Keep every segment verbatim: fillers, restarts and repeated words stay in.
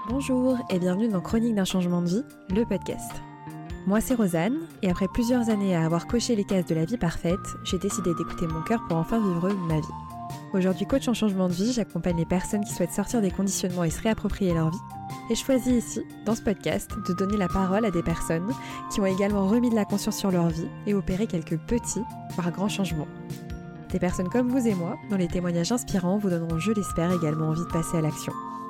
Bonjour et bienvenue dans Chronique d'un changement de vie, le podcast. Moi c'est Rosanne et après plusieurs années à avoir coché les cases de la vie parfaite, j'ai décidé d'écouter mon cœur pour enfin vivre ma vie. Aujourd'hui coach en changement de vie, j'accompagne les personnes qui souhaitent sortir des conditionnements et se réapproprier leur vie. Et je choisis ici, dans ce podcast, de donner la parole à des personnes qui ont également remis de la conscience sur leur vie et opéré quelques petits, voire grands changements. Des personnes comme vous et moi, dont les témoignages inspirants vous donneront, je l'espère, également envie de passer à l'action.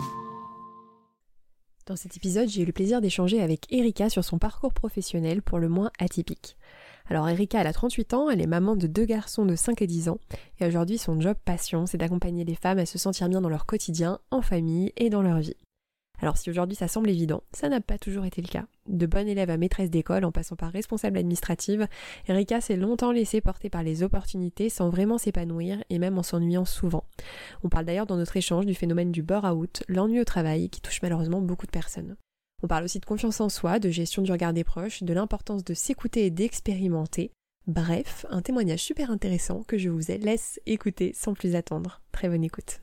Dans cet épisode, j'ai eu le plaisir d'échanger avec Erika sur son parcours professionnel pour le moins atypique. Alors Erika, elle a trente-huit ans, elle est maman de deux garçons de cinq et dix ans, et aujourd'hui son job passion, c'est d'accompagner les femmes à se sentir bien dans leur quotidien, en famille et dans leur vie. Alors si aujourd'hui ça semble évident, ça n'a pas toujours été le cas. De bonne élève à maîtresse d'école en passant par responsable administrative, Erika s'est longtemps laissée porter par les opportunités sans vraiment s'épanouir et même en s'ennuyant souvent. On parle d'ailleurs dans notre échange du phénomène du burn-out, l'ennui au travail qui touche malheureusement beaucoup de personnes. On parle aussi de confiance en soi, de gestion du regard des proches, de l'importance de s'écouter et d'expérimenter. Bref, un témoignage super intéressant que je vous laisse écouter sans plus attendre. Très bonne écoute.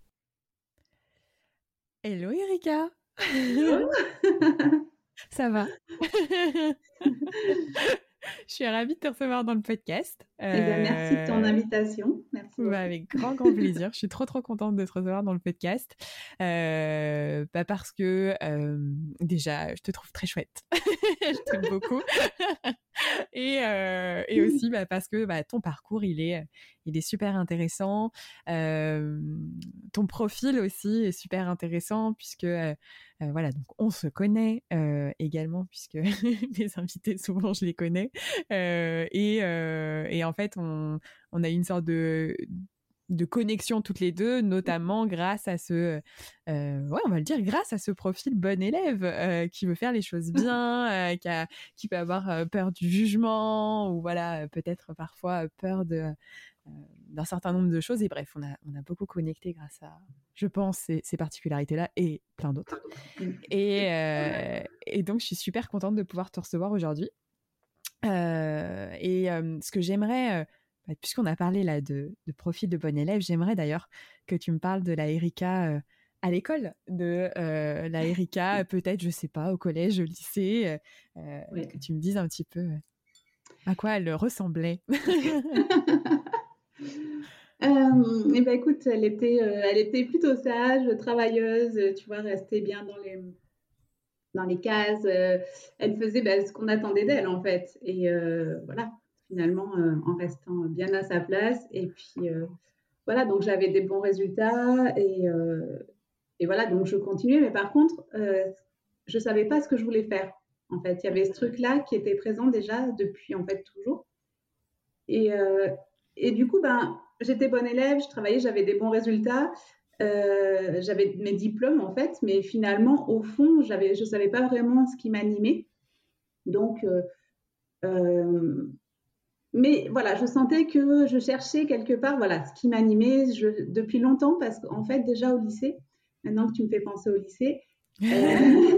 Hello Erika. Hello. Ça va? Je suis ravie de te recevoir dans le podcast. Euh... Eh bien, merci de ton invitation. Merci. Bah, avec grand, grand plaisir. Je suis trop, trop contente de te recevoir dans le podcast. Euh, bah parce que, euh, déjà, je te trouve très chouette. Je t'aime beaucoup. et, euh, et aussi bah, parce que bah, ton parcours, il est, il est super intéressant. Euh, ton profil aussi est super intéressant puisque, euh, euh, voilà, donc on se connaît euh, également puisque mes invités, souvent, je les connais. Euh, et, euh, et en fait, on, on a une sorte de, de connexion toutes les deux, notamment grâce à ce, euh, ouais, on va le dire, grâce à ce profil bon élève euh, qui veut faire les choses bien, euh, qui, a, qui peut avoir euh, peur du jugement ou voilà, peut-être parfois peur de, euh, d'un certain nombre de choses. Et bref, on a, on a beaucoup connecté grâce à, je pense, ces, ces particularités-là et plein d'autres. Et, euh, et donc, je suis super contente de pouvoir te recevoir aujourd'hui. Euh, et euh, ce que j'aimerais, euh, bah, puisqu'on a parlé là de, de profil de bon élève, j'aimerais d'ailleurs que tu me parles de la Erika euh, à l'école, de euh, la Erika peut-être, je sais pas, au collège, au lycée, euh, oui. Que tu me dises un petit peu euh, à quoi elle ressemblait. euh, et ben écoute, elle était, euh, elle était plutôt sage, travailleuse, tu vois, restée bien dans les dans les cases, euh, elle faisait bah, ce qu'on attendait d'elle en fait, et euh, voilà, finalement euh, en restant bien à sa place, et puis euh, voilà, donc j'avais des bons résultats, et, euh, et voilà, donc je continuais, mais par contre, euh, je savais pas ce que je voulais faire, en fait, il y avait ce truc-là qui était présent déjà depuis en fait toujours, et, euh, et du coup, ben, j'étais bonne élève, je travaillais, j'avais des bons résultats, Euh, j'avais mes diplômes en fait, mais finalement au fond j'avais, je savais pas vraiment ce qui m'animait, donc euh, euh, mais voilà, je sentais que je cherchais quelque part voilà ce qui m'animait je, depuis longtemps, parce qu'en fait déjà au lycée, maintenant que tu me fais penser au lycée, euh,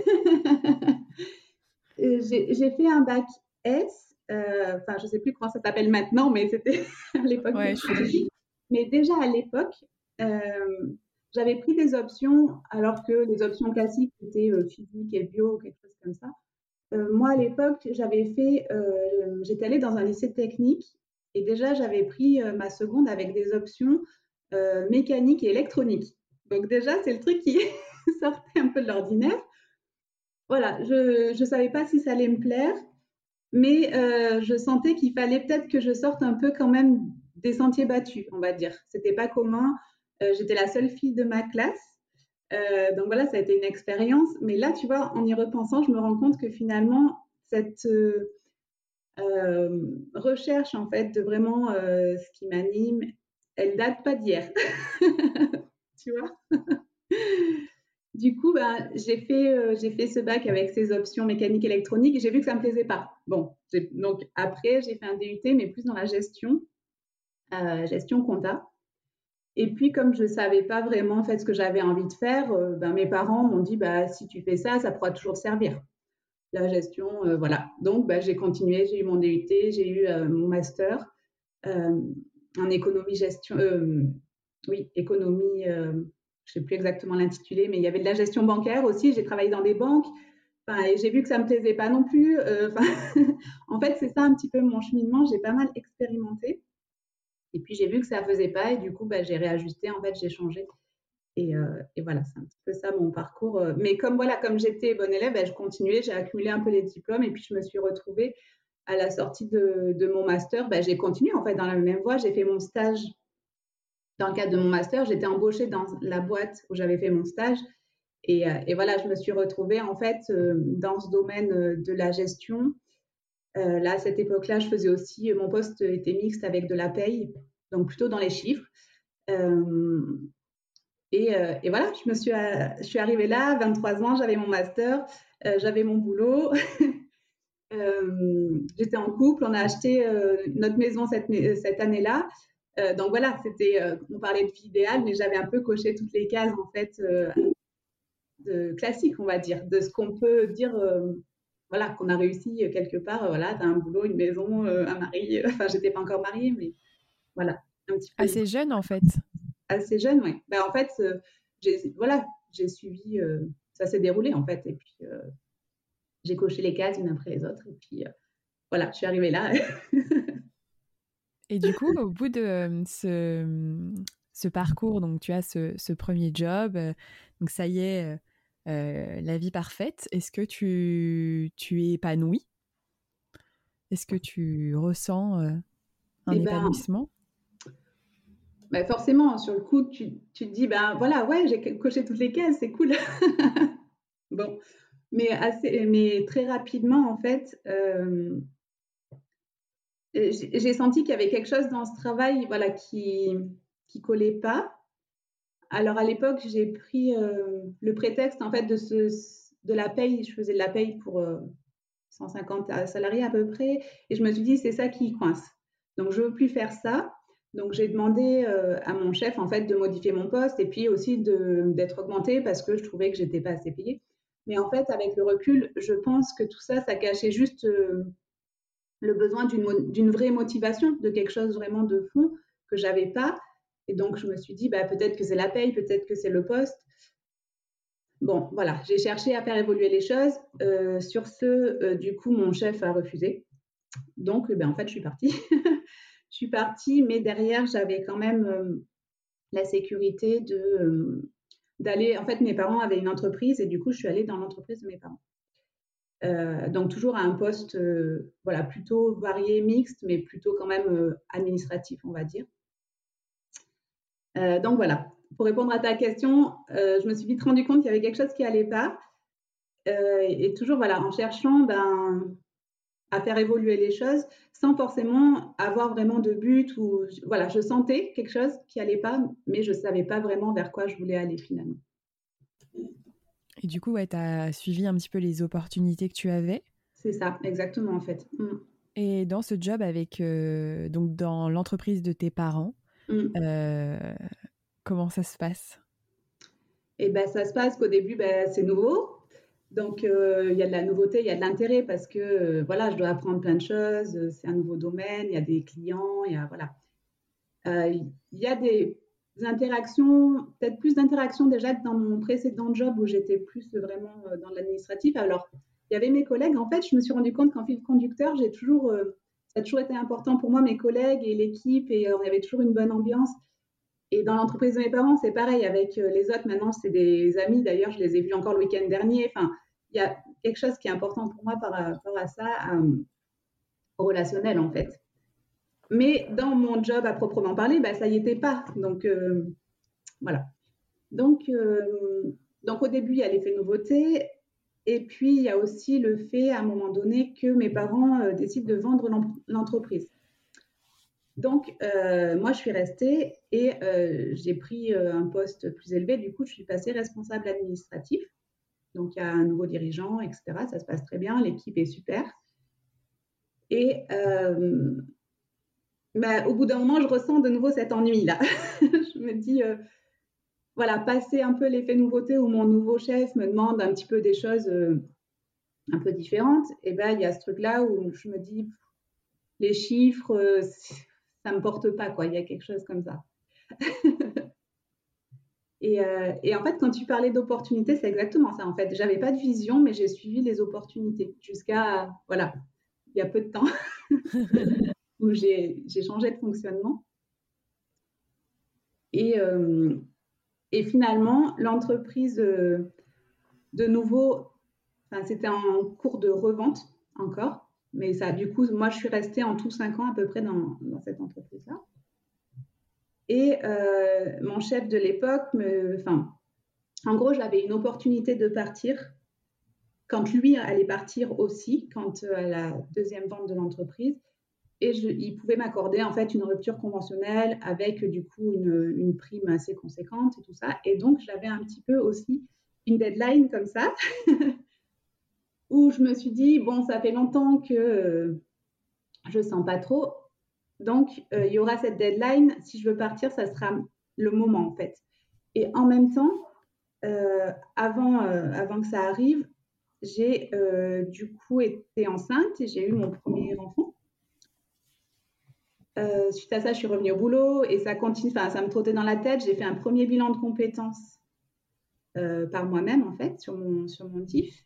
j'ai, j'ai fait un bac S, enfin euh, je sais plus comment ça s'appelle maintenant, mais c'était à l'époque ouais, je... mais déjà à l'époque euh, j'avais pris des options, alors que les options classiques étaient euh, physique et bio ou quelque chose comme ça. Euh, moi, à l'époque, j'avais fait, euh, j'étais allée dans un lycée technique, et déjà, j'avais pris euh, ma seconde avec des options euh, mécanique et électronique. Donc déjà, c'est le truc qui sortait un peu de l'ordinaire. Voilà, je ne savais pas si ça allait me plaire, mais euh, je sentais qu'il fallait peut-être que je sorte un peu quand même des sentiers battus, on va dire. C'était pas commun. Euh, j'étais la seule fille de ma classe. Euh, donc voilà, ça a été une expérience. Mais là, tu vois, en y repensant, je me rends compte que finalement, cette euh, euh, recherche, en fait, de vraiment euh, ce qui m'anime, elle date pas d'hier. Tu vois. Du coup, ben, j'ai fait, euh, j'ai fait ce bac avec ces options mécanique électronique, et j'ai vu que ça me plaisait pas. Bon, donc après, j'ai fait un D U T, mais plus dans la gestion, euh, gestion compta. Et puis, comme je ne savais pas vraiment en fait, ce que j'avais envie de faire, euh, ben, mes parents m'ont dit bah, si tu fais ça, ça pourra toujours servir. La gestion, euh, voilà. Donc, ben, j'ai continué, j'ai eu mon D U T, j'ai eu euh, mon master euh, en économie gestion, euh, oui, économie, euh, je ne sais plus exactement l'intitulé, mais il y avait de la gestion bancaire aussi. J'ai travaillé dans des banques. Enfin, et j'ai vu que ça ne me plaisait pas non plus. Euh, en fait, c'est ça un petit peu mon cheminement. J'ai pas mal expérimenté. Et puis, j'ai vu que ça ne faisait pas. Et du coup, bah, j'ai réajusté. En fait, j'ai changé. Et, euh, et voilà, c'est un petit peu ça mon parcours. Mais comme, voilà, comme j'étais bonne élève, bah, je continuais. J'ai accumulé un peu les diplômes. Et puis, je me suis retrouvée à la sortie de, de mon master. Bah, j'ai continué en fait dans la même voie. J'ai fait mon stage dans le cadre de mon master. J'étais embauchée dans la boîte où j'avais fait mon stage. Et, et, voilà, je me suis retrouvée en fait euh, dans ce domaine euh, de la gestion. Euh, là, à cette époque-là, je faisais aussi, mon poste était mixte avec de la paye, donc plutôt dans les chiffres. Euh, et, euh, et, voilà, je me suis, je suis arrivée là, vingt-trois ans, j'avais mon master, euh, j'avais mon boulot. euh, j'étais en couple, on a acheté euh, notre maison cette, cette année-là. Euh, donc voilà, c'était, euh, on parlait de vie idéale, mais j'avais un peu coché toutes les cases en fait. Euh, de classique, on va dire, de ce qu'on peut dire, euh, voilà, qu'on a réussi quelque part. Euh, voilà, tu as un boulot, une maison, euh, un mari. Enfin, j'étais pas encore mariée, mais voilà, un petit peu. Assez jeune, en fait. Assez jeune, oui. Ben, en fait, euh, j'ai, voilà, j'ai suivi, euh, ça s'est déroulé, en fait. Et puis, euh, j'ai coché les cases une après les autres. Et puis, euh, voilà, je suis arrivée là. Et du coup, au bout de euh, ce, ce parcours, donc tu as ce, ce premier job, euh, donc ça y est, euh, euh, la vie parfaite. Est-ce que tu, tu es épanouie? Est-ce que tu ressens euh, un Et ben, épanouissement? ben, forcément, sur le coup, tu, tu te dis, ben voilà, ouais, j'ai coché toutes les cases, c'est cool. Bon, mais, assez, mais très rapidement, en fait, euh, j'ai senti qu'il y avait quelque chose dans ce travail, voilà, qui qui collait pas. Alors à l'époque, j'ai pris euh, le prétexte en fait de ce de la paye. Je faisais de la paye pour euh, cent cinquante salariés à peu près, et je me suis dit c'est ça qui coince. Donc je veux plus faire ça. Donc j'ai demandé euh, à mon chef en fait de modifier mon poste et puis aussi d'être augmentée parce que je trouvais que j'étais pas assez payée. Mais en fait, avec le recul, je pense que tout ça, ça cachait juste euh, le besoin d'une vraie motivation, de quelque chose vraiment de fond que j'avais pas. Et donc, je me suis dit, bah, peut-être que c'est la paye, peut-être que c'est le poste. Bon, voilà, j'ai cherché à faire évoluer les choses. Euh, sur ce, euh, du coup, mon chef a refusé. Donc, eh ben, en fait, je suis partie. Je suis partie, mais derrière, j'avais quand même euh, la sécurité de euh, d'aller. En fait, mes parents avaient une entreprise et du coup, je suis allée dans l'entreprise de mes parents. Euh, donc toujours à un poste euh, voilà, plutôt varié, mixte, mais plutôt quand même euh, administratif, on va dire. Euh, donc voilà, pour répondre à ta question, euh, je me suis vite rendu compte qu'il y avait quelque chose qui n'allait pas. Euh, et toujours voilà, en cherchant ben, à faire évoluer les choses sans forcément avoir vraiment de but. Ou, voilà, je sentais quelque chose qui n'allait pas, mais je ne savais pas vraiment vers quoi je voulais aller finalement. Et du coup, ouais, tu as suivi un petit peu les opportunités que tu avais. C'est ça, exactement en fait. Mm. Et dans ce job avec, euh, donc dans l'entreprise de tes parents, Mm. euh, comment ça se passe? Et ben ça se passe qu'au début, ben, c'est nouveau. Donc, euh, il y a de la nouveauté, il y a de l'intérêt parce que euh, voilà, je dois apprendre plein de choses. euh, C'est un nouveau domaine, il y a des clients, il y a voilà, Euh, il y a des interactions, peut-être plus d'interactions déjà que dans mon précédent job où j'étais plus vraiment euh, dans l'administratif. Alors, il y avait mes collègues. En fait, je me suis rendu compte qu'en fil conducteur, j'ai toujours, euh, ça a toujours été important pour moi, mes collègues et l'équipe, et euh, on avait toujours une bonne ambiance. Et dans l'entreprise de mes parents, c'est pareil avec euh, les autres. Maintenant, c'est des amis. D'ailleurs, je les ai vus encore le week-end dernier. Enfin, il y a quelque chose qui est important pour moi par rapport à ça, euh, relationnel en fait. Mais dans mon job à proprement parler, bah, ça y était pas. Donc euh, voilà. Donc, euh, donc au début, il y a l'effet nouveauté. Et puis, il y a aussi le fait, à un moment donné, que mes parents euh, décident de vendre l'entreprise. Donc, euh, moi, je suis restée et euh, j'ai pris euh, un poste plus élevé. Du coup, je suis passée responsable administratif. Donc, il y a un nouveau dirigeant, et cetera. Ça se passe très bien. L'équipe est super. Et euh, bah, au bout d'un moment, je ressens de nouveau cet ennui-là. Je me dis, euh, voilà, passer un peu l'effet nouveauté où mon nouveau chef me demande un petit peu des choses euh, un peu différentes. Et ben, il y a ce truc-là où je me dis, les chiffres, euh, ça me porte pas, quoi. Il y a quelque chose comme ça. Et, euh, et en fait, quand tu parlais d'opportunités, c'est exactement ça. En fait, j'avais pas de vision, mais j'ai suivi les opportunités jusqu'à, voilà, il y a peu de temps où j'ai, j'ai changé de fonctionnement. Et, euh, et finalement, l'entreprise, euh, de nouveau, enfin, c'était en cours de revente encore. Mais ça, du coup, moi, je suis restée en tout cinq ans à peu près dans, dans cette entreprise-là. Et euh, mon chef de l'époque, me, enfin, en gros, j'avais une opportunité de partir quand lui allait partir aussi, quand euh, la deuxième vente de l'entreprise. Et je, il pouvait m'accorder en fait une rupture conventionnelle avec du coup une, une prime assez conséquente et tout ça. Et donc, j'avais un petit peu aussi une deadline comme ça, où je me suis dit, bon, ça fait longtemps que euh, je sens pas trop. Donc, euh, il y aura cette deadline. Si je veux partir, ça sera le moment en fait. Et en même temps, euh, avant, euh, avant que ça arrive, j'ai euh, du coup été enceinte et j'ai eu mon premier enfant. Euh, suite à ça, je suis revenue au boulot et ça continue, enfin, ça me trottait dans la tête. J'ai fait un premier bilan de compétences euh, par moi-même, en fait, sur mon, sur mon D I F.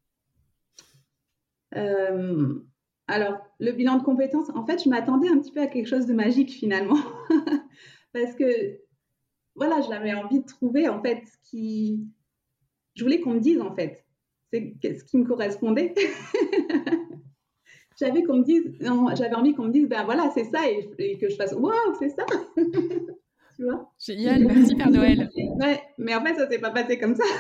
Euh, alors, le bilan de compétences, en fait, je m'attendais un petit peu à quelque chose de magique finalement. Parce que, voilà, j'avais envie de trouver, en fait, ce qui. Je voulais qu'on me dise, en fait, c'est ce qui me correspondait. J'avais qu'on me dise, non, j'avais envie qu'on me dise, ben voilà, c'est ça, et, et que je fasse, waouh, c'est ça. Tu vois? Génial, merci Père Noël. Ouais, mais en fait, ça s'est pas passé comme ça.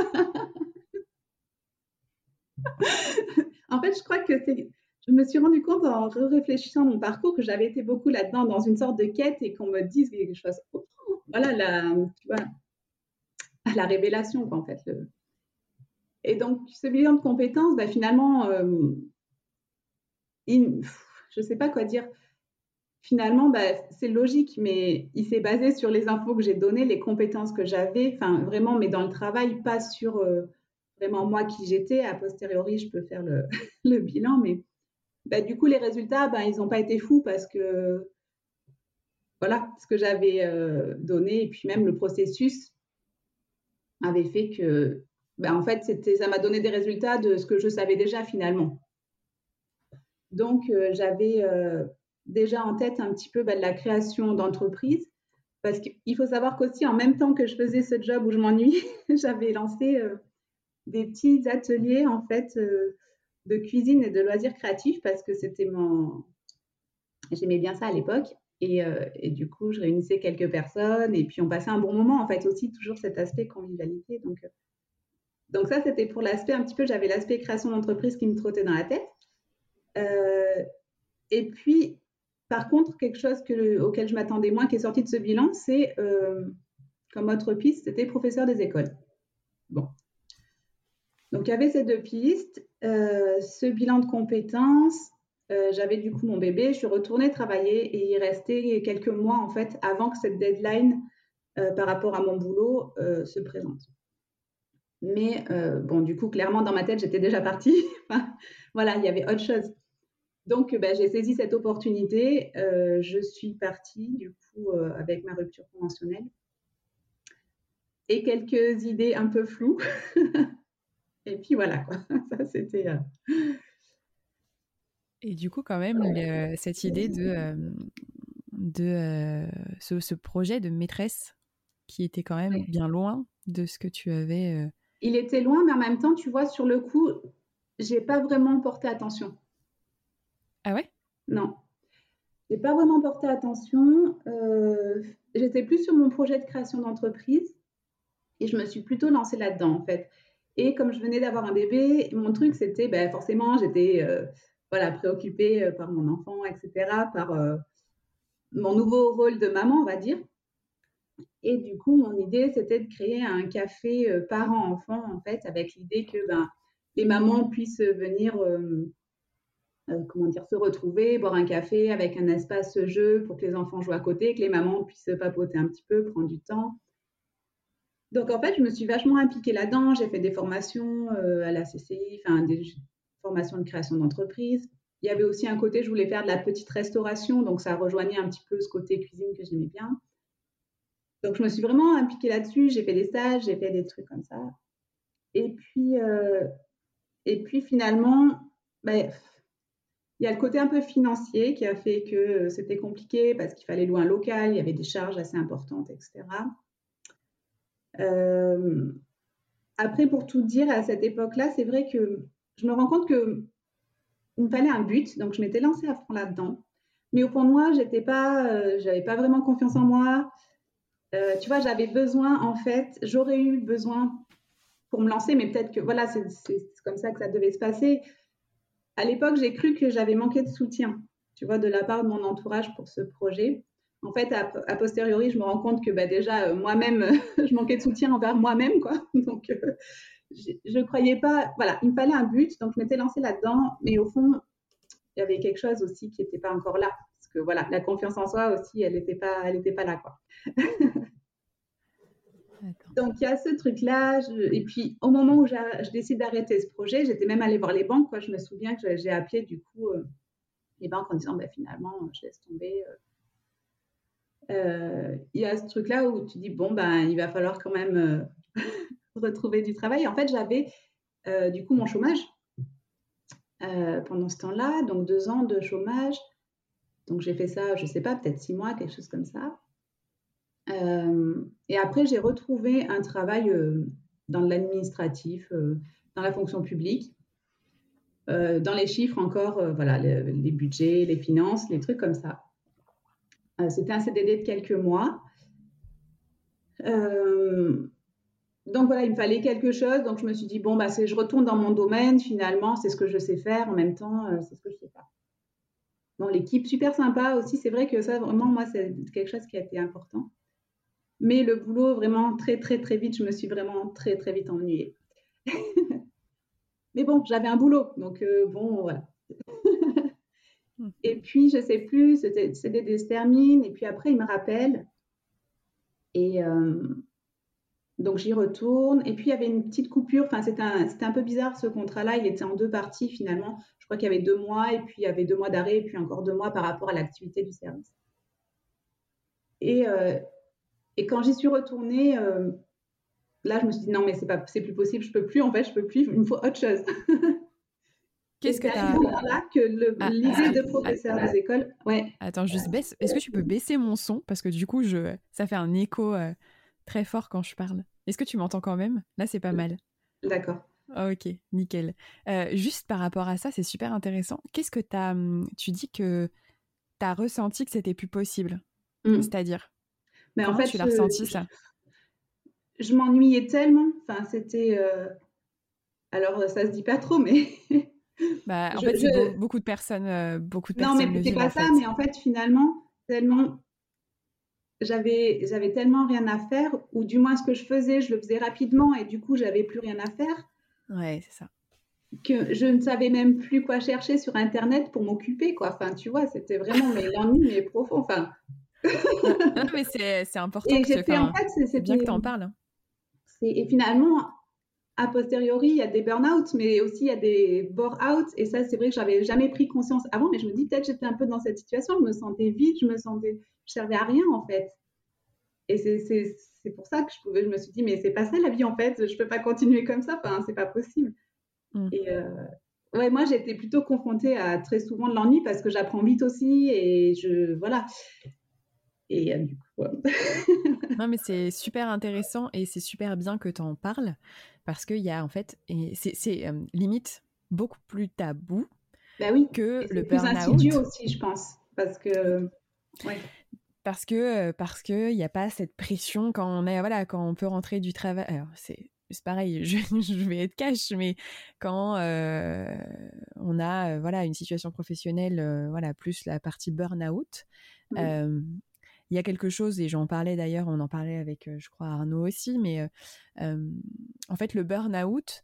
En fait, je crois que c'est. Je me suis rendu compte en réfléchissant à mon parcours que j'avais été beaucoup là-dedans, dans une sorte de quête, et qu'on me dise quelque chose. Oh, voilà, la, tu vois, la révélation, quoi, en fait. Le... Et donc, ce bilan de compétences, bah, finalement, euh, il... je ne sais pas quoi dire. Finalement, bah, c'est logique, mais il s'est basé sur les infos que j'ai données, les compétences que j'avais, enfin, vraiment, mais dans le travail, pas sur euh, vraiment moi qui j'étais. A posteriori, je peux faire le, le bilan, mais bah, du coup, les résultats, bah, ils n'ont pas été fous parce que, voilà, ce que j'avais euh, donné, et puis même le processus avait fait que, bah, en fait, c'était, ça m'a donné des résultats de ce que je savais déjà finalement. Donc, euh, j'avais euh, déjà en tête un petit peu bah, de la création d'entreprise, parce qu'il faut savoir qu'aussi, en même temps que je faisais ce job où je m'ennuie, j'avais lancé euh, des petits ateliers, en fait, euh, de cuisine et de loisirs créatifs, parce que c'était mon... J'aimais bien ça à l'époque. Et, euh, et, du coup, je réunissais quelques personnes et puis on passait un bon moment, en fait, aussi, toujours cet aspect convivialité. Donc, euh, donc ça, c'était pour l'aspect un petit peu, j'avais l'aspect création d'entreprise qui me trottait dans la tête. Euh, et puis, par contre, quelque chose que le, auquel je m'attendais moins qui est sorti de ce bilan, c'est euh, comme autre piste, c'était professeur des écoles. Bon. Donc, il y avait ces deux pistes, euh, ce bilan de compétences. Euh, j'avais du coup mon bébé, je suis retournée travailler et il restait quelques mois en fait avant que cette deadline euh, par rapport à mon boulot euh, se présente. Mais euh, bon, du coup, clairement dans ma tête, j'étais déjà partie. Enfin, voilà, il y avait autre chose. Donc, ben, j'ai saisi cette opportunité. Euh, je suis partie du coup euh, avec ma rupture conventionnelle et quelques idées un peu floues. Et puis voilà, quoi. Ça, c'était. Euh... Et du coup, quand même, le, cette idée de, euh, de euh, ce, ce projet de maîtresse qui était quand même Ouais. bien loin de ce que tu avais. Euh... Il était loin, mais en même temps, tu vois, sur le coup, j'ai pas vraiment porté attention. Ah ouais? Non, j'ai pas vraiment porté attention. Euh, j'étais plus sur mon projet de création d'entreprise et je me suis plutôt lancée là-dedans, en fait. Et comme je venais d'avoir un bébé, mon truc, c'était, ben, forcément, j'étais euh, voilà, préoccupée par mon enfant, et cetera, par euh, mon nouveau rôle de maman, on va dire. Et du coup, mon idée, c'était de créer un café euh, parents-enfants, en fait, avec l'idée que ben, les mamans puissent venir, euh, euh, comment dire, se retrouver, boire un café avec un espace jeu pour que les enfants jouent à côté, que les mamans puissent papoter un petit peu, prendre du temps. Donc, en fait, je me suis vachement impliquée là-dedans. J'ai fait des formations euh, à la C C I, enfin, des formations de création d'entreprise. Il y avait aussi un côté, je voulais faire de la petite restauration, donc ça rejoignait un petit peu ce côté cuisine que j'aimais bien. donc, je me suis vraiment impliquée là-dessus. J'ai fait des stages, j'ai fait des trucs comme ça. Et puis, euh, et puis finalement, ben, il y a le côté un peu financier qui a fait que c'était compliqué parce qu'il fallait louer un local, il y avait des charges assez importantes, et cetera. Euh, après, pour tout dire, à cette époque-là, c'est vrai que je me rends compte qu'il me fallait un but, donc je m'étais lancée à fond là-dedans. Mais au fond de moi, j'étais pas, euh, j'avais pas vraiment confiance en moi. Euh, tu vois, j'avais besoin, en fait, j'aurais eu besoin pour me lancer, mais peut-être que voilà, c'est, c'est, c'est comme ça que ça devait se passer. À l'époque, j'ai cru que j'avais manqué de soutien, tu vois, de la part de mon entourage pour ce projet. En fait, a, a posteriori, je me rends compte que bah, déjà, euh, moi-même, je manquais de soutien envers moi-même, quoi. Donc, euh, je ne croyais pas. Voilà, il me fallait un but, donc je m'étais lancée là-dedans, mais au fond, il y avait quelque chose aussi qui n'était pas encore là. Parce que voilà, la confiance en soi aussi, elle n'était pas, elle était pas là, quoi. Donc, il y a ce truc-là. Je... Et puis, au moment où je décide d'arrêter ce projet, j'étais même allée voir les banques, quoi. Je me souviens que j'ai appelé, du coup, euh, les banques en disant, bah, finalement, je laisse tomber. Euh, il y a ce truc-là où tu dis, bon, ben, il va falloir quand même euh, retrouver du travail. En fait, j'avais, euh, du coup, mon chômage euh, pendant ce temps-là, donc deux ans de chômage. Donc, j'ai fait ça, je ne sais pas, peut-être six mois, quelque chose comme ça. Euh, et après, j'ai retrouvé un travail euh, dans l'administratif, euh, dans la fonction publique, euh, dans les chiffres encore, euh, voilà, les, les budgets, les finances, les trucs comme ça. Euh, c'était un C D D de quelques mois. Euh, donc voilà, il me fallait quelque chose. Donc je me suis dit, bon, bah, c'est, je retourne dans mon domaine, finalement, c'est ce que je sais faire. En même temps, euh, c'est ce que je sais faire. Bon, l'équipe, super sympa aussi. C'est vrai que ça, vraiment, moi, c'est quelque chose qui a été important. Mais le boulot, vraiment, très, très, très vite, je me suis vraiment très, très vite ennuyée. Mais bon, j'avais un boulot. Donc, euh, bon, voilà. Et puis, je sais plus, c'était C D D se termine. Et puis après, il me rappelle. Et euh, donc, j'y retourne. Et puis, il y avait une petite coupure. Enfin, c'était un, c'était un peu bizarre, ce contrat-là. Il était en deux parties, finalement. Je crois qu'il y avait deux mois. Et puis, il y avait deux mois d'arrêt. Et puis, encore deux mois par rapport à l'activité du service. Et, euh, et quand j'y suis retournée, euh, là, je me suis dit, non, mais c'est pas, c'est plus possible. Je peux plus. En fait, je peux plus. Il me faut autre chose. Qu'est-ce que tu as... là que le, ah, l'idée de professeur ah, des écoles... Ouais. Attends, juste baisse. Est-ce que tu peux baisser mon son? Parce que du coup, je... ça fait un écho euh, très fort quand je parle. Est-ce que tu m'entends quand même? Là, c'est pas mal. D'accord. Oh, ok, nickel. Euh, juste par rapport à ça, c'est super intéressant. Qu'est-ce que tu as... Tu dis que tu as ressenti que c'était plus possible. Mm. C'est-à-dire Mais comment en fait, tu l'as je, ressenti, ça? Je, je m'ennuyais tellement. Enfin, c'était... Euh... Alors, ça se dit pas trop, mais... Bah, en je, fait, c'est je... beau, beaucoup de personnes, euh, beaucoup de personnes. Non, mais c'est pas ça. Mais en fait, finalement, tellement, j'avais, j'avais tellement rien à faire, ou du moins ce que je faisais, je le faisais rapidement, et du coup, j'avais plus rien à faire. Ouais, c'est ça. Que je ne savais même plus quoi chercher sur Internet pour m'occuper, quoi. Enfin, tu vois, c'était vraiment mais l'ennui, mais profond. Enfin. non, non, mais c'est, c'est important. Et que j'étais, en fait, c'est, c'est bien que tu en parles. C'est, et finalement. A posteriori, il y a des burn-out, mais aussi il y a des bore-out. Et ça, c'est vrai que j'avais jamais pris conscience avant, mais je me dis peut-être j'étais un peu dans cette situation. Je me sentais vide, je me sentais, je servais à rien en fait. Et c'est, c'est, c'est pour ça que je pouvais, je me suis dit mais c'est pas ça la vie en fait. Je peux pas continuer comme ça. Enfin, c'est pas possible. Mm. Et euh, ouais, moi j'ai été plutôt confrontée à très souvent de l'ennui parce que j'apprends vite aussi et je voilà. Et euh, du coup. Ouais. Non, mais c'est super intéressant et c'est super bien que tu en parles parce qu'il y a en fait, et c'est, c'est euh, limite beaucoup plus tabou bah oui, que le burn-out. C'est insidieux aussi, je pense, parce que. Ouais. Parce que parce que il n'y a pas cette pression quand on est voilà quand on peut rentrer du travail. Alors c'est c'est pareil, je, je vais être cash, mais quand euh, on a euh, voilà une situation professionnelle, euh, voilà plus la partie burn-out. Mmh. Euh, il y a quelque chose, et j'en parlais d'ailleurs, on en parlait avec, euh, je crois, Arnaud aussi, mais euh, euh, en fait, le burn-out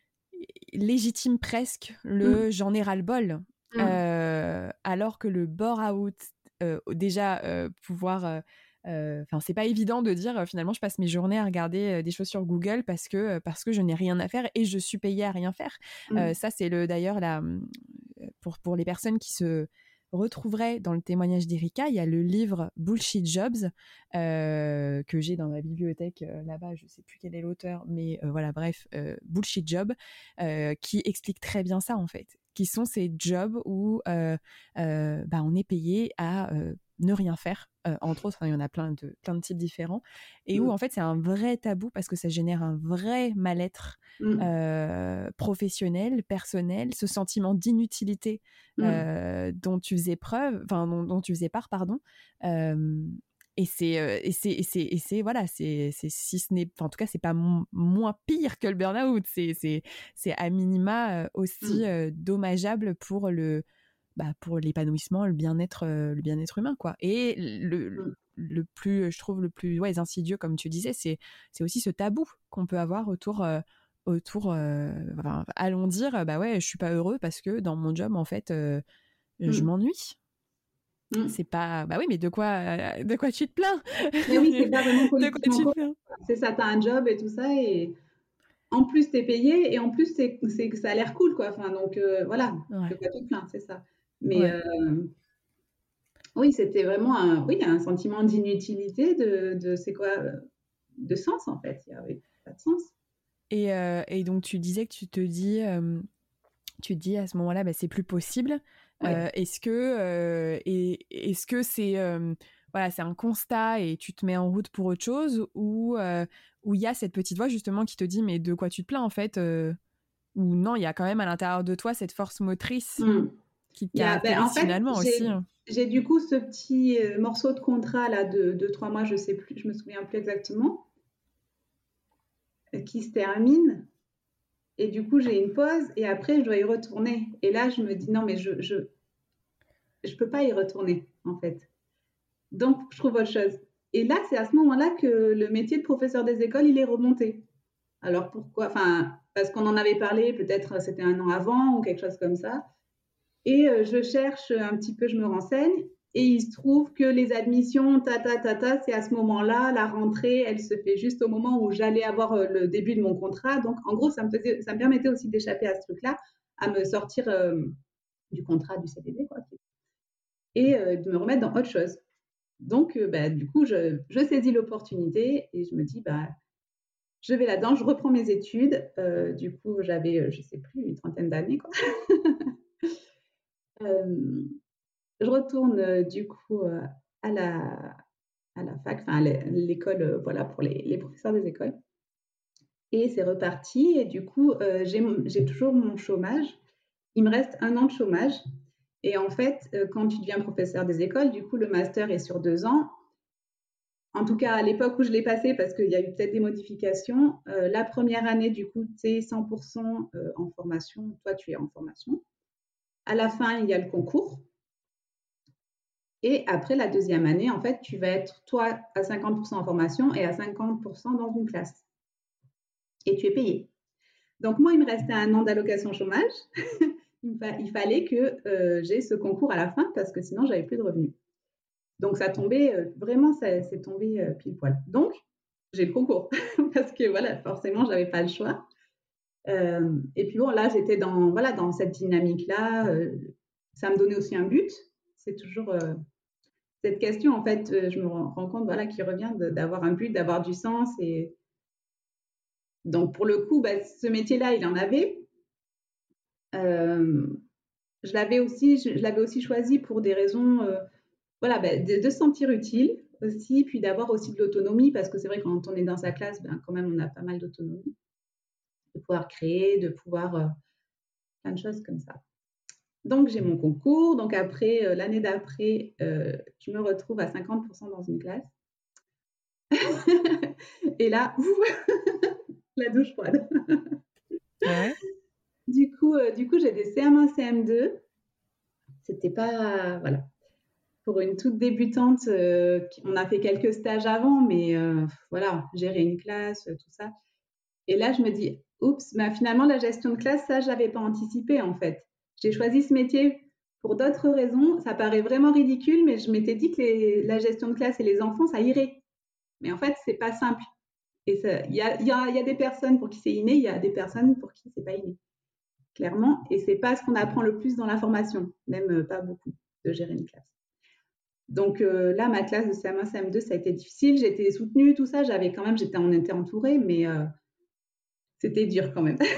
légitime presque le mmh. j'en ai ras-le-bol, mmh. euh, alors que le bore-out, euh, déjà, euh, pouvoir... Euh, Enfin, euh, c'est pas évident de dire euh, finalement je passe mes journées à regarder euh, des choses sur Google parce que euh, parce que je n'ai rien à faire et je suis payée à rien faire. Mmh. Euh, ça c'est le d'ailleurs la pour pour les personnes qui se retrouverait dans le témoignage d'Erika. Il y a le livre Bullshit Jobs euh, que j'ai dans ma bibliothèque euh, là-bas. Je ne sais plus quel est l'auteur, mais euh, voilà, bref, euh, Bullshit Job, euh, qui explique très bien ça en fait. Qui sont ces jobs où euh, euh, bah, on est payé à euh, ne rien faire, euh, entre autres, il y en a plein de, plein de types différents, et où Mm. en fait c'est un vrai tabou parce que ça génère un vrai mal-être Mm. euh, professionnel, personnel, ce sentiment d'inutilité euh, dont tu faisais preuve, enfin dont, dont tu faisais part, pardon. Euh, et c'est euh, et c'est et c'est et c'est voilà, c'est c'est si ce n'est, en tout cas c'est pas m- moins pire que le burn-out, c'est c'est c'est à minima euh, aussi Mm. euh, dommageable pour le bah, pour l'épanouissement, le bien-être euh, le bien-être humain quoi. Et le Mm. le plus, je trouve le plus ouais, insidieux comme tu disais, c'est c'est aussi ce tabou qu'on peut avoir autour euh, autour euh, enfin, allons dire bah ouais, je suis pas heureux parce que dans mon job en fait euh, je Mm. m'ennuie. Mm. C'est pas bah oui, mais de quoi euh, de quoi tu te plains? Mais oui, c'est pas vraiment De quoi politiquement tu te correct. plains? C'est ça, tu as un job et tout ça, et en plus, tu es payé, et en plus, c'est, c'est, ça a l'air cool, quoi. Enfin, donc, euh, voilà, de Ouais. quoi tu te plains, c'est ça. Mais Ouais. euh, oui, c'était vraiment un, oui, un sentiment d'inutilité, de, de c'est quoi, euh, de sens, en fait. Il n'y avait pas de sens. Et, euh, et donc tu disais que tu te dis euh, tu te dis à ce moment-là bah, c'est plus possible. Ouais. Euh, est-ce que euh, et, est-ce que c'est euh, voilà, c'est un constat et tu te mets en route pour autre chose, ou euh, où il y a cette petite voix justement qui te dit mais de quoi tu te plains en fait, euh, ou non, il y a quand même à l'intérieur de toi cette force motrice Mm. qui te Il y a, ben, en caractérise fait, finalement aussi, j'ai, hein. j'ai du coup ce petit euh, morceau de contrat là de, de trois mois, je sais plus, je me souviens plus exactement, euh, qui se termine. Et du coup, j'ai une pause et après, je dois y retourner. Et là, je me dis, non, mais je je, je peux pas y retourner, en fait. Donc, je trouve autre chose. Et là, c'est à ce moment-là que le métier de professeur des écoles, il est remonté. Alors, pourquoi? Enfin, parce qu'on en avait parlé, peut-être c'était un an avant ou quelque chose comme ça. Et euh, je cherche un petit peu, je me renseigne. Et il se trouve que les admissions, ta, ta, ta, ta, c'est à ce moment-là, la rentrée, elle se fait juste au moment où j'allais avoir euh, le début de mon contrat. Donc, en gros, ça me, faisait, ça me permettait aussi d'échapper à ce truc-là, à me sortir euh, du contrat, du C D D, quoi, et euh, de me remettre dans autre chose. Donc, euh, bah, du coup, je, je saisis l'opportunité et je me dis, bah, je vais là-dedans, je reprends mes études. Euh, du coup, j'avais, euh, je sais plus, une trentaine d'années, quoi. Euh, je retourne euh, du coup euh, à la, à la fac, enfin à l'école, euh, voilà, pour les, les professeurs des écoles. Et c'est reparti. Et du coup, euh, j'ai, j'ai toujours mon chômage. Il me reste un an de chômage. Et en fait, euh, quand tu deviens professeur des écoles, du coup, le master est sur deux ans. En tout cas, à l'époque où je l'ai passé, parce qu'il y a eu peut-être des modifications, euh, la première année, du coup, c'est cent pour cent euh, en formation. Toi, tu es en formation. À la fin, il y a le concours. Et après la deuxième année, en fait, tu vas être, toi, à cinquante pour cent en formation et à cinquante pour cent dans une classe. Et tu es payé. Donc, moi, il me restait un an d'allocation chômage. il, fa- il, fallait que euh, j'ai ce concours à la fin parce que sinon, j'avais plus de revenus. Donc, ça tombait, euh, vraiment, ça, c'est tombé euh, pile poil. Donc, j'ai le concours parce que, voilà, forcément, je n'avais pas le choix. Euh, et puis, bon, là, j'étais dans, voilà, dans cette dynamique-là. Euh, ça me donnait aussi un but. C'est toujours... Euh, cette question, en fait, euh, je me rends compte voilà, qu'il revient de, d'avoir un but, d'avoir du sens. Et donc, pour le coup, bah, ce métier-là, il en avait. Euh, je l'avais aussi, je, je l'avais aussi choisi pour des raisons, euh, voilà, bah, de, de se sentir utile aussi, puis d'avoir aussi de l'autonomie, parce que c'est vrai, quand on est dans sa classe, ben, quand même, on a pas mal d'autonomie, de pouvoir créer, de pouvoir euh, plein de choses comme ça. Donc, j'ai mon concours. Donc, après, euh, l'année d'après, euh, je me retrouve à cinquante pour cent dans une classe. Et là, ouf, la douche froide. Ah ouais. Du coup, euh, du coup j'ai des C M un, C M deux. C'était pas, voilà, pour une toute débutante, euh, on a fait quelques stages avant, mais euh, voilà, gérer une classe, euh, tout ça. Et là, je me dis, oups, bah, finalement, la gestion de classe, ça, je l'avais pas anticipé en fait. J'ai choisi ce métier pour d'autres raisons. Ça paraît vraiment ridicule, mais je m'étais dit que les, la gestion de classe et les enfants, ça irait. Mais en fait, c'est pas simple. Et il y a, y, a, y a des personnes pour qui c'est inné, il y a des personnes pour qui c'est pas inné, clairement. Et c'est pas ce qu'on apprend le plus dans la formation, même euh, pas beaucoup. de gérer une classe. Donc euh, là, ma classe de C M un, C M deux, ça a été difficile. J'étais soutenue, tout ça. J'avais quand même, j'étais, on était entourée, mais euh, c'était dur quand même.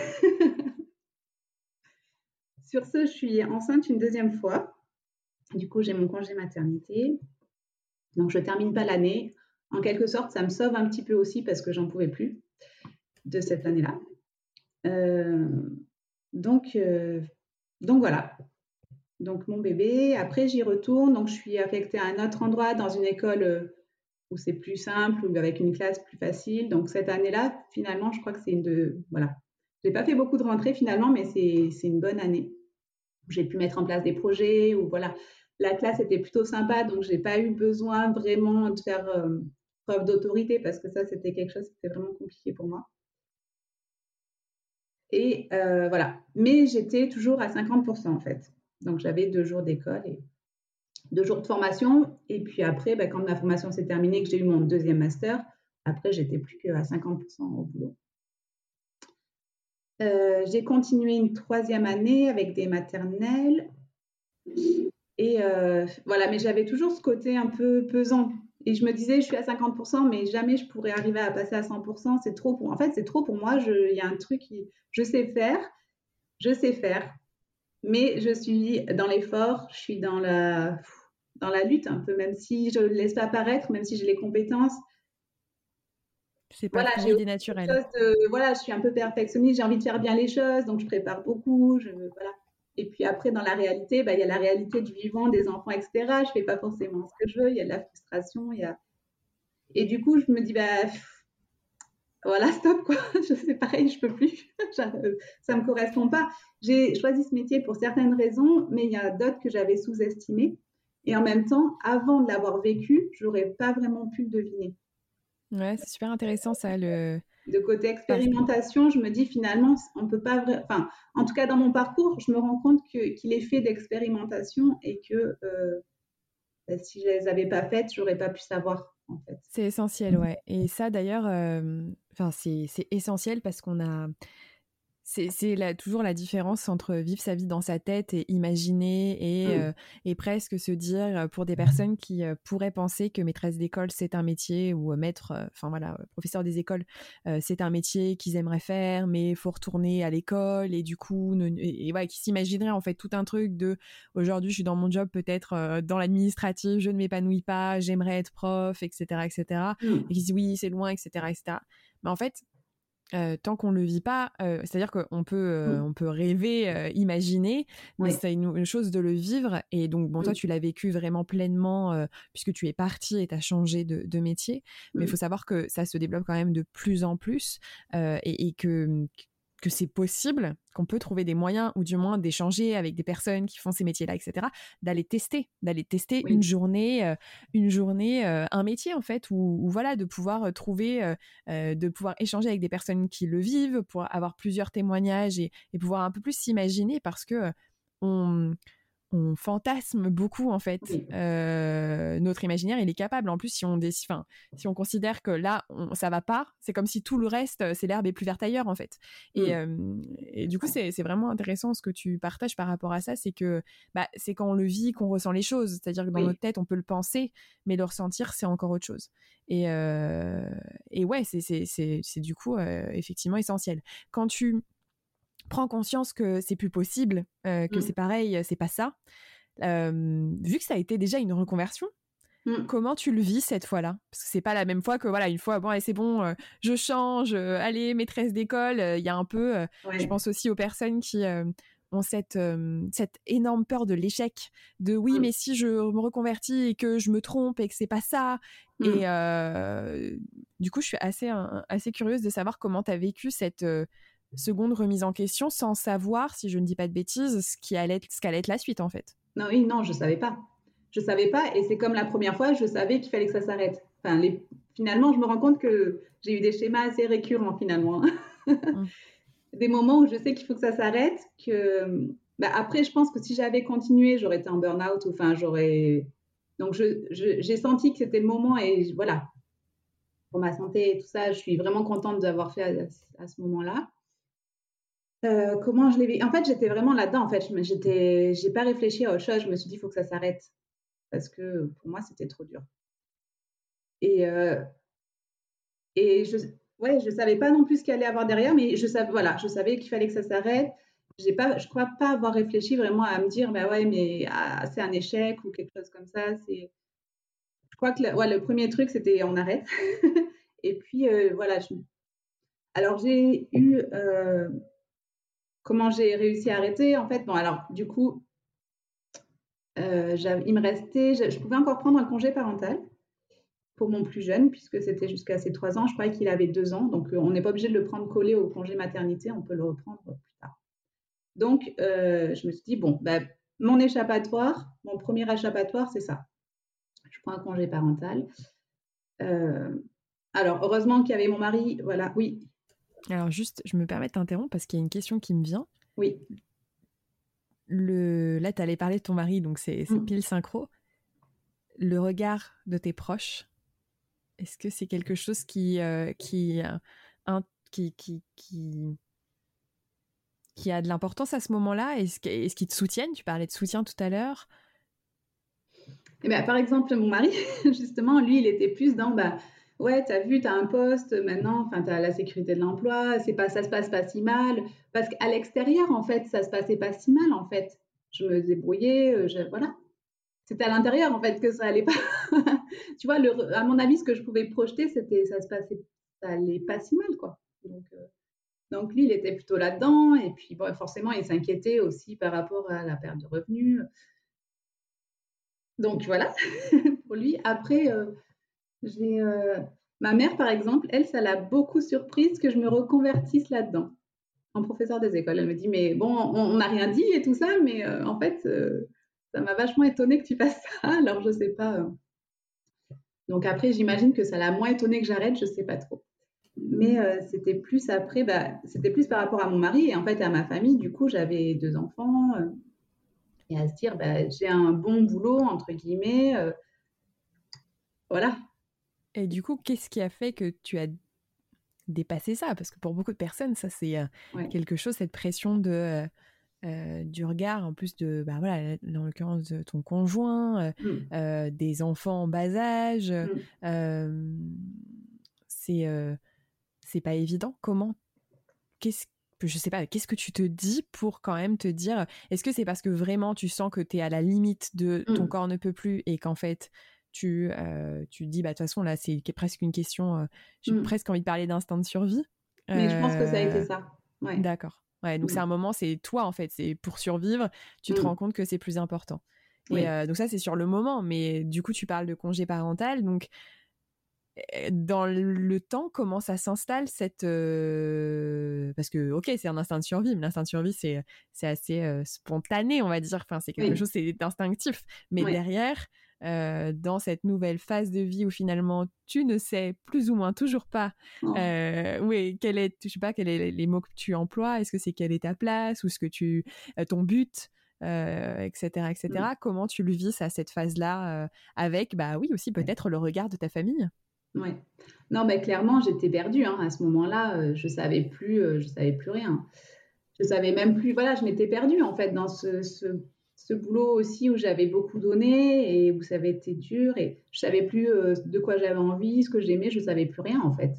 Sur ce, je suis enceinte une deuxième fois. Du coup, j'ai mon congé maternité. Donc, je ne termine pas l'année. En quelque sorte, ça me sauve un petit peu aussi parce que j'en pouvais plus de cette année-là. Euh, donc, euh, donc, voilà. Donc, mon bébé. Après, j'y retourne. Donc, je suis affectée à un autre endroit dans une école où c'est plus simple, ou avec une classe plus facile. Donc, cette année-là, finalement, je crois que c'est une de... Voilà. Je n'ai pas fait beaucoup de rentrées finalement, mais c'est, c'est une bonne année. J'ai pu mettre en place des projets ou voilà. La classe était plutôt sympa, donc j'ai pas eu besoin vraiment de faire euh, preuve d'autorité parce que ça, c'était quelque chose qui était vraiment compliqué pour moi. Et euh, voilà. Mais j'étais toujours à cinquante pour cent en fait. Donc j'avais deux jours d'école et deux jours de formation. Et puis après, bah, quand ma formation s'est terminée, que j'ai eu mon deuxième master, après, j'étais plus qu'à cinquante pour cent au boulot. Euh, j'ai continué une troisième année avec des maternelles. Et euh, voilà, mais j'avais toujours ce côté un peu pesant. Et je me disais, je suis à cinquante pour cent, mais jamais je pourrais arriver à passer à cent pour cent. C'est trop pour. En fait, c'est trop pour moi. Il y a un truc qui, je sais faire, je sais faire, mais je suis dans l'effort, je suis dans la, dans la lutte un peu, même si je ne le laisse pas apparaître, même si j'ai les compétences. C'est pas Voilà, j'ai fluide et aussi quelque naturel. chose de, voilà, je suis un peu perfectionniste, j'ai envie de faire bien les choses, donc je prépare beaucoup, je, voilà. Et puis après, dans la réalité, bah, il y a la réalité du vivant, des enfants, et cetera. Je ne fais pas forcément ce que je veux, il y a de la frustration. Il y a... Et du coup, je me dis, bah, pff, voilà, stop, quoi. Je sais pareil, je ne peux plus. Ça ne me correspond pas. J'ai choisi ce métier pour certaines raisons, mais il y a d'autres que j'avais sous-estimées. Et en même temps, avant de l'avoir vécu, je n'aurais pas vraiment pu le deviner. Ouais, c'est super intéressant ça. Le... De côté expérimentation, je me dis finalement, on peut pas vraiment. Enfin, en tout cas, dans mon parcours, je me rends compte que, qu'il est fait d'expérimentation et que euh, bah, si je les avais pas faites, j'aurais pas pu savoir en fait. C'est essentiel, ouais. Et ça, d'ailleurs, euh, enfin, c'est, c'est essentiel parce qu'on a... C'est, c'est la, toujours la différence entre vivre sa vie dans sa tête et imaginer et, Mm. euh, et presque se dire, pour des personnes qui euh, pourraient penser que maîtresse d'école, c'est un métier, ou euh, maître, enfin euh, voilà, professeur des écoles, euh, c'est un métier qu'ils aimeraient faire, mais il faut retourner à l'école et du coup, ne, et, et ouais, qui s'imagineraient en fait tout un truc de aujourd'hui, je suis dans mon job peut-être euh, dans l'administratif, je ne m'épanouis pas, j'aimerais être prof, et cetera, et cetera. Mm. Et qui disent oui, c'est loin, et cetera, et cetera. Mais en fait, Euh, tant qu'on le vit pas, euh, c'est-à-dire qu'on peut, euh, Mm. on peut rêver, euh, imaginer, mais Oui. c'est une, une chose de le vivre. Et donc, bon, toi, Mm. tu l'as vécu vraiment pleinement euh, puisque tu es partie et tu as changé de, de métier. Mais il Mm. faut savoir que ça se développe quand même de plus en plus euh, et, et que que c'est possible, qu'on peut trouver des moyens, ou du moins d'échanger avec des personnes qui font ces métiers-là, et cetera, d'aller tester, d'aller tester Oui. une journée, euh, une journée, euh, un métier en fait, ou, ou voilà, de pouvoir trouver, euh, euh, de pouvoir échanger avec des personnes qui le vivent, pour avoir plusieurs témoignages et, et pouvoir un peu plus s'imaginer, parce que euh, on on fantasme beaucoup en fait. Oui. Euh, notre imaginaire, il est capable. En plus, si on, décide, enfin, si on considère que là, on, ça va pas, c'est comme si tout le reste, c'est l'herbe est plus verte ailleurs en fait. Et, Mm. euh, et du coup, c'est, c'est vraiment intéressant ce que tu partages par rapport à ça, c'est que bah, c'est quand on le vit qu'on ressent les choses. C'est-à-dire que dans Oui. notre tête, on peut le penser, mais le ressentir, c'est encore autre chose. Et, euh, et ouais, c'est, c'est, c'est, c'est du coup euh, effectivement essentiel. Quand tu prends conscience que c'est plus possible, euh, que Mm. c'est pareil, c'est pas ça. Euh, vu que ça a été déjà une reconversion, Mm. comment tu le vis cette fois-là? Parce que c'est pas la même fois que voilà, une fois, bon, allez, c'est bon, euh, je change, euh, allez, maîtresse d'école. Il euh, y a un peu, euh, Ouais. je pense aussi aux personnes qui euh, ont cette, euh, cette énorme peur de l'échec, de oui, Mm. mais si je me reconvertis et que je me trompe et que c'est pas ça. Mm. Et euh, du coup, je suis assez, euh, assez curieuse de savoir comment tu as vécu cette euh, seconde remise en question sans savoir, si je ne dis pas de bêtises, ce qui allait être, ce qu'allait être la suite en fait. Non, oui, non, je savais pas. Je savais pas, et c'est comme la première fois, je savais qu'il fallait que ça s'arrête. Enfin, les... finalement, je me rends compte que j'ai eu des schémas assez récurrents finalement. Mm. Des moments où je sais qu'il faut que ça s'arrête. Que bah, après, je pense que si j'avais continué, j'aurais été en burn-out. Enfin, j'aurais. Donc, je, je, j'ai senti que c'était le moment, et voilà, pour ma santé et tout ça, je suis vraiment contente d'avoir fait à, à ce moment-là. Euh, comment je l'ai vécu? En fait, j'étais vraiment là-dedans. En fait, je me, j'étais, j'ai pas réfléchi à autre chose. Je me suis dit, il faut que ça s'arrête parce que pour moi, c'était trop dur. Et, euh, et je, ouais, je savais pas non plus ce qu'il allait avoir derrière, mais je savais, voilà, je savais qu'il fallait que ça s'arrête. J'ai pas, je crois pas avoir réfléchi vraiment à me dire, bah ouais, mais ah, c'est un échec ou quelque chose comme ça. C'est, je crois que le, ouais, le premier truc, c'était on arrête. Et puis euh, voilà. Je, alors j'ai eu, euh, comment j'ai réussi à arrêter en fait. Bon, alors du coup, euh, il me restait, je, je pouvais encore prendre un congé parental pour mon plus jeune, puisque c'était jusqu'à ses trois ans. Je croyais qu'il avait deux ans, donc euh, on n'est pas obligé de le prendre collé au congé maternité, on peut le reprendre plus tard. Donc, euh, je me suis dit, bon, bah, mon échappatoire, mon premier échappatoire, c'est ça. Je prends un congé parental. Euh, alors, heureusement qu'il y avait mon mari, voilà, oui. Alors juste, je me permets de t'interrompre parce qu'il y a une question qui me vient. Oui. Le... Là, tu allais parler de ton mari, donc c'est, c'est Mmh. pile synchro. Le regard de tes proches, est-ce que c'est quelque chose qui, euh, qui, euh, un, qui, qui, qui, qui a de l'importance à ce moment-là? Est-ce, que, est-ce qu'ils te soutiennent? Tu parlais de soutien tout à l'heure. Eh ben, par exemple, mon mari, justement, lui, il était plus dans, bah, ouais, t'as vu, t'as un poste maintenant, enfin, t'as la sécurité de l'emploi, c'est pas, ça se passe pas si mal. Parce qu'à l'extérieur, en fait, ça se passait pas si mal, en fait. Je me débrouillais, euh, je, voilà. C'était à l'intérieur, en fait, que ça allait pas. Tu vois, le, à mon avis, ce que je pouvais projeter, c'était, ça se passait, ça allait pas si mal, quoi. Donc, euh, donc lui, il était plutôt là-dedans, et puis, bon, forcément, il s'inquiétait aussi par rapport à la perte de revenus. Donc, voilà, pour lui. Après, euh, J'ai, euh, ma mère, par exemple, elle, ça l'a beaucoup surprise que je me reconvertisse là-dedans, en professeur des écoles. Elle me dit, mais bon, on n'a rien dit et tout ça, mais euh, en fait, euh, ça m'a vachement étonnée que tu fasses ça. Alors, je sais pas. euh. Donc après, j'imagine que ça l'a moins étonnée que j'arrête, je sais pas trop. Mais euh, c'était plus après, bah, c'était plus par rapport à mon mari et en fait à ma famille. Du coup, j'avais deux enfants euh, et à se dire, bah, j'ai un bon boulot, entre guillemets. euh, voilà. Et du coup, qu'est-ce qui a fait que tu as dépassé ça? Parce que pour beaucoup de personnes, ça, c'est euh, Ouais. quelque chose, cette pression de... Euh, Euh, du regard, en plus de, bah voilà, dans l'occurrence de ton conjoint, euh, Mm. euh, des enfants en bas âge, Mm. euh, c'est euh, c'est pas évident. Comment, qu'est-ce, je sais pas, qu'est-ce que tu te dis pour quand même te dire, est-ce que c'est parce que vraiment tu sens que t'es à la limite de ton Mm. corps ne peut plus et qu'en fait tu euh, tu te dis bah de toute façon là c'est presque une question, euh, j'ai Mm. presque envie de parler d'instinct de survie. Mais je pense que ça a été Euh, ça. Ouais. D'accord. Ouais, donc c'est Mm. un moment, c'est toi en fait, c'est pour survivre, tu te rends Mm. compte que c'est plus important. Et Oui. euh, donc ça, c'est sur le moment, mais du coup, tu parles de congé parental, donc euh, dans le temps, comment ça s'installe cette... euh, Parce que, ok, c'est un instinct de survie, mais l'instinct de survie, c'est, c'est assez euh, spontané, on va dire, enfin, c'est quelque Oui. chose, c'est instinctif. Mais Oui. derrière, euh, dans cette nouvelle phase de vie où finalement, tu ne sais plus ou moins toujours pas Oh. euh, oui, quel est, je sais pas, quels sont les mots que tu emploies, est-ce que c'est quelle est ta place, ou ce que tu, euh, ton but, euh, et cetera, et cetera. Mm. Comment tu le vis à cette phase-là, euh, avec, bah oui, aussi Ouais. peut-être le regard de ta famille. Ouais. Non, mais clairement, j'étais perdue, hein, à ce moment-là. Euh, je savais plus, euh, je savais plus rien. Je savais même plus. Voilà, je m'étais perdue en fait dans ce, ce, ce boulot aussi où j'avais beaucoup donné et où ça avait été dur et je savais plus euh, de quoi j'avais envie, ce que j'aimais. Je savais plus rien en fait.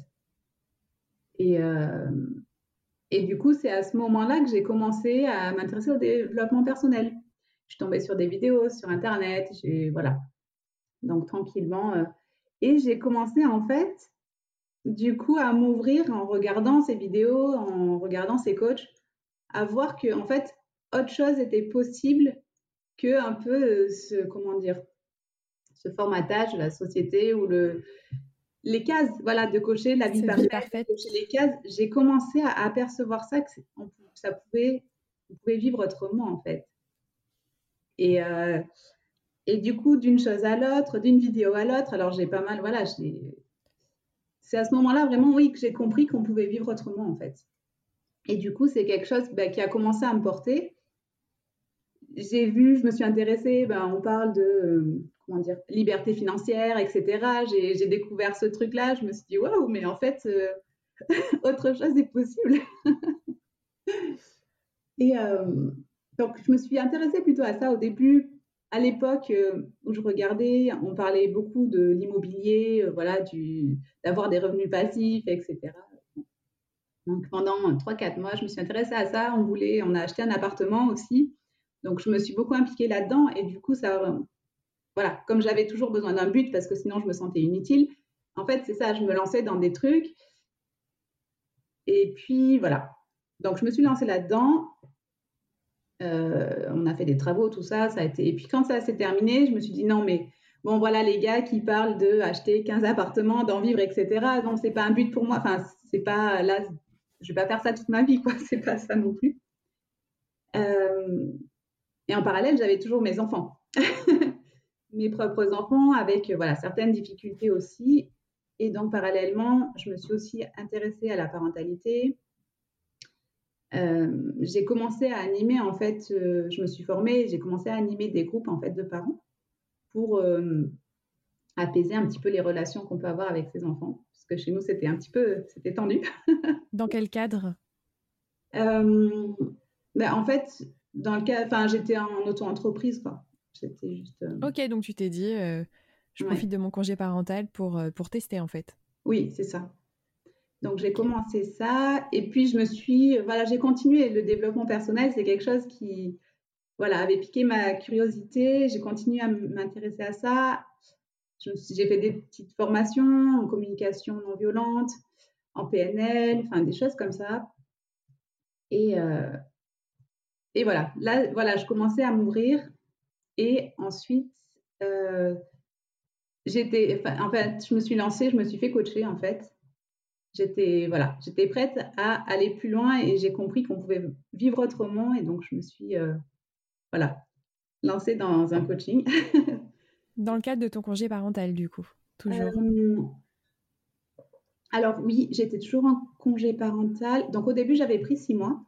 Et, euh, et du coup, c'est à ce moment-là que j'ai commencé à m'intéresser au développement personnel. Je suis tombée sur des vidéos sur Internet. J'ai, voilà. Donc tranquillement. euh, et j'ai commencé en fait du coup, à m'ouvrir en regardant ces vidéos, en regardant ces coachs, à voir que en fait, autre chose était possible que un peu euh, ce, comment dire, ce formatage de la société ou le, les cases, voilà, de cocher la vie Cette vie parfaite, parfaite. de cocher les cases. J'ai commencé à, à apercevoir ça, que on, ça pouvait, on pouvait vivre autrement en fait. Et, euh, et du coup, d'une chose à l'autre, d'une vidéo à l'autre, alors j'ai pas mal, voilà, c'est à ce moment-là vraiment, oui, que j'ai compris qu'on pouvait vivre autrement en fait. Et du coup, c'est quelque chose bah, qui a commencé à me porter. J'ai vu, je me suis intéressée, ben, on parle de euh, comment dire, liberté financière, et cetera. J'ai, j'ai découvert ce truc-là, je me suis dit, waouh, mais en fait, euh, autre chose est possible. Et euh, donc, je me suis intéressée plutôt à ça au début. À l'époque euh, où je regardais, on parlait beaucoup de l'immobilier, euh, voilà, du, d'avoir des revenus passifs, et cetera. Donc, pendant trois quatre mois, je me suis intéressée à ça. On voulait, on a acheté un appartement aussi. Donc, je me suis beaucoup impliquée là-dedans. Et du coup, ça, voilà, comme j'avais toujours besoin d'un but parce que sinon je me sentais inutile, en fait, c'est ça, je me lançais dans des trucs. Et puis, voilà. Donc, je me suis lancée là-dedans. Euh, on a fait des travaux, tout ça, ça a été. Et puis, quand ça s'est terminé, je me suis dit non, mais bon, voilà, les gars qui parlent d'acheter quinze appartements, d'en vivre, et cetera. Non, c'est pas un but pour moi. Enfin, c'est pas là, je vais pas faire ça toute ma vie, quoi. C'est pas ça non plus. Euh, et en parallèle, j'avais toujours mes enfants. Mes propres enfants avec voilà, certaines difficultés aussi. Et donc, parallèlement, je me suis aussi intéressée à la parentalité. Euh, j'ai commencé à animer, en fait, euh, je me suis formée, j'ai commencé à animer des groupes en fait, de parents pour euh, apaiser un petit peu les relations qu'on peut avoir avec ses enfants. Parce que chez nous, c'était un petit peu, c'était tendu. Dans quel cadre? euh, ben, En fait, dans le cas, enfin, j'étais en auto-entreprise, quoi. C'était juste. Euh, Ok, donc tu t'es dit, euh, je ouais. profite de mon congé parental pour, euh, pour tester en fait. Oui, c'est ça. Donc j'ai Ok. commencé ça et puis je me suis, voilà, j'ai continué. Le développement personnel, c'est quelque chose qui, voilà, avait piqué ma curiosité. J'ai continué à m'intéresser à ça. Je me suis- J'ai fait des petites formations en communication non violente, en P N L, enfin des choses comme ça. Et, euh, et voilà, là, voilà, je commençais à m'ouvrir et ensuite, euh, j'étais, enfin, en fait, je me suis lancée, je me suis fait coacher en fait. J'étais voilà, j'étais prête à aller plus loin et j'ai compris qu'on pouvait vivre autrement et donc je me suis euh, voilà, lancée dans un coaching. Dans le cadre de ton congé parental, du coup, toujours. euh, alors oui, j'étais toujours en congé parental. Donc au début, j'avais pris six mois.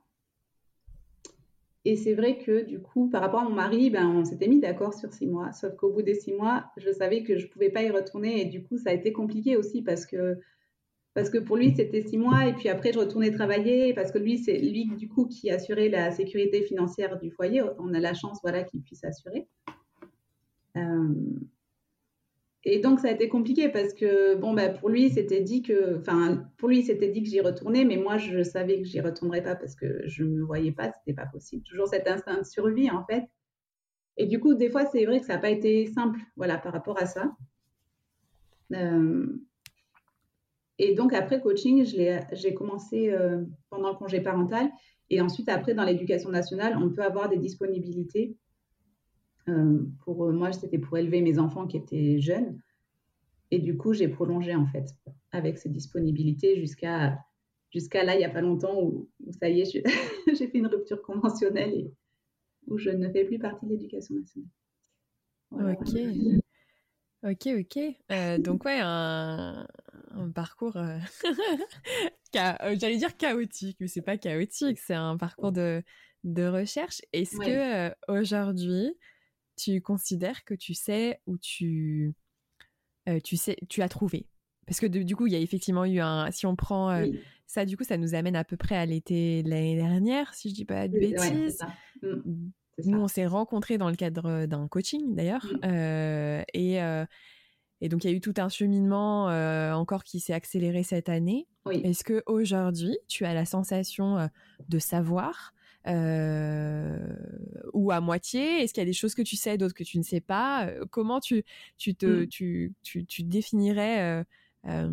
Et c'est vrai que du coup, par rapport à mon mari, ben, on s'était mis d'accord sur six mois. Sauf qu'au bout des six mois, je savais que je ne pouvais pas y retourner. Et du coup, ça a été compliqué aussi parce que Parce que pour lui, c'était six mois et puis après, je retournais travailler parce que lui, c'est lui, du coup, qui assurait la sécurité financière du foyer. On a la chance, voilà, qu'il puisse assurer. Euh, et donc, ça a été compliqué parce que, bon, bah, pour lui, c'était dit que, enfin, pour lui, c'était dit que j'y retournais, mais moi, je savais que j'y retournerais pas parce que je me voyais pas, c'était pas possible. Toujours cet instinct de survie, en fait. Et du coup, des fois, c'est vrai que ça n'a pas été simple, voilà, par rapport à ça. Euh, Et donc, après coaching, j'ai commencé euh, pendant le congé parental. Et ensuite, après, dans l'éducation nationale, on peut avoir des disponibilités. Euh, pour euh, moi, c'était pour élever mes enfants qui étaient jeunes. Et du coup, j'ai prolongé, en fait, avec ces disponibilités jusqu'à jusqu'à là, il n'y a pas longtemps, où, où ça y est, j'ai fait une rupture conventionnelle et où je ne fais plus partie de l'éducation nationale. Voilà. Ok, ok, ok. Euh, donc ouais, un, un parcours, euh, cha- euh, j'allais dire chaotique, mais c'est pas chaotique, c'est un parcours de, de recherche. Est-ce Ouais. que euh, aujourd'hui, tu considères que tu sais où tu, euh, tu sais, tu as trouvé? Parce que de- du coup, il y a effectivement eu un. Si on prend euh, Oui, ça, du coup, ça nous amène à peu près à l'été de l'année dernière, si je dis pas de c'est ouais, c'est bêtises. ça. Mm, c'est Nous, ça. on s'est rencontrés dans le cadre d'un coaching, d'ailleurs. Mm, Euh, et, euh, et donc, il y a eu tout un cheminement euh, encore qui s'est accéléré cette année. oui. Est-ce qu'aujourd'hui, tu as la sensation euh, de savoir euh, ou à moitié? Est-ce qu'il y a des choses que tu sais, d'autres que tu ne sais pas? Euh, Comment tu, tu, te, Mm. tu, tu, tu définirais euh, euh,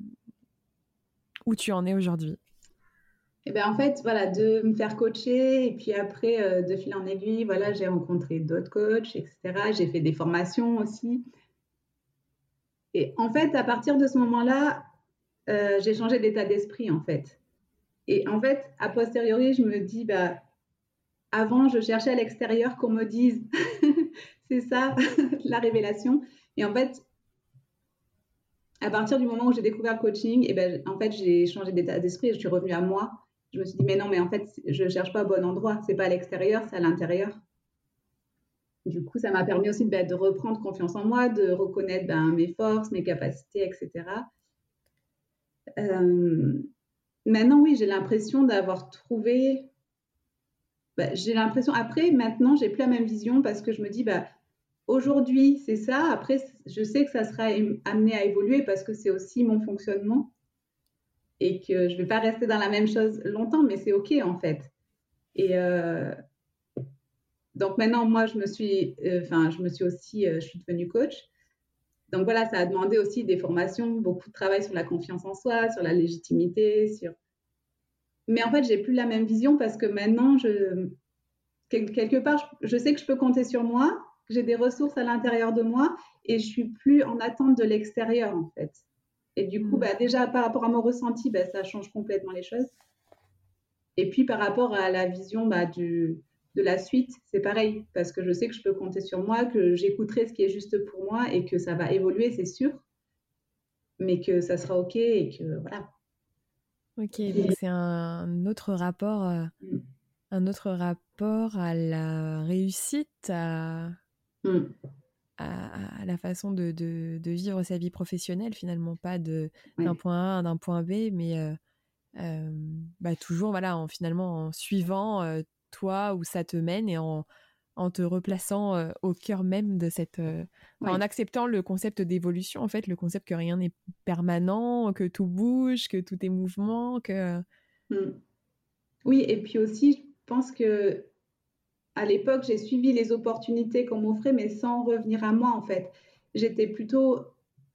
où tu en es aujourd'hui? Et ben en fait, voilà, de me faire coacher et puis après, euh, de fil en aiguille, voilà, j'ai rencontré d'autres coachs, et cetera. J'ai fait des formations aussi. Et en fait, à partir de ce moment-là, euh, j'ai changé d'état d'esprit, en fait. Et en fait, a posteriori, je me dis, bah, avant, je cherchais à l'extérieur qu'on me dise, c'est ça, la révélation. Et en fait, à partir du moment où j'ai découvert le coaching, et ben, en fait, j'ai changé d'état d'esprit et je suis revenue à moi. Je me suis dit, mais non, mais en fait, je ne cherche pas au bon endroit. C'est pas à l'extérieur, c'est à l'intérieur. Du coup, ça m'a permis aussi ben, de reprendre confiance en moi, de reconnaître ben, mes forces, mes capacités, et cetera. Euh, Maintenant, oui, j'ai l'impression d'avoir trouvé bah, j'ai l'impression, après, maintenant, j'ai plus la même vision parce que je me dis, bah, aujourd'hui, c'est ça. Après, je sais que ça sera amené à évoluer parce que c'est aussi mon fonctionnement et que je vais pas rester dans la même chose longtemps, mais c'est OK, en fait. Et euh, donc maintenant, moi, je me suis, enfin, euh, je me suis aussi, euh, je suis devenue coach. Donc voilà, ça a demandé aussi des formations, beaucoup de travail sur la confiance en soi, sur la légitimité, sur. Mais en fait, j'ai plus la même vision parce que maintenant, je, quelque part, je sais que je peux compter sur moi, que j'ai des ressources à l'intérieur de moi et je suis plus en attente de l'extérieur, en fait. Et du coup, Mmh. bah, déjà, par rapport à mon ressenti, bah, ça change complètement les choses. Et puis, par rapport à la vision bah, du, de la suite, c'est pareil, parce que je sais que je peux compter sur moi, que j'écouterai ce qui est juste pour moi et que ça va évoluer, c'est sûr, mais que ça sera OK et que voilà. Ok, donc c'est un autre rapport, euh, Mm. un autre rapport à la réussite, à, Mm. à, à la façon de, de, de vivre sa vie professionnelle, finalement, pas de, Ouais. d'un point A à d'un point B, mais euh, euh, bah, toujours voilà, en, finalement en suivant euh, toi où ça te mène et en, en te replaçant euh, au cœur même de cette... euh, enfin, Ouais. en acceptant le concept d'évolution, en fait, le concept que rien n'est permanent, que tout bouge, que tout est mouvement, que... Mm. Oui, et puis aussi, je pense que à l'époque, j'ai suivi les opportunités qu'on m'offrait, mais sans revenir à moi, en fait. J'étais plutôt,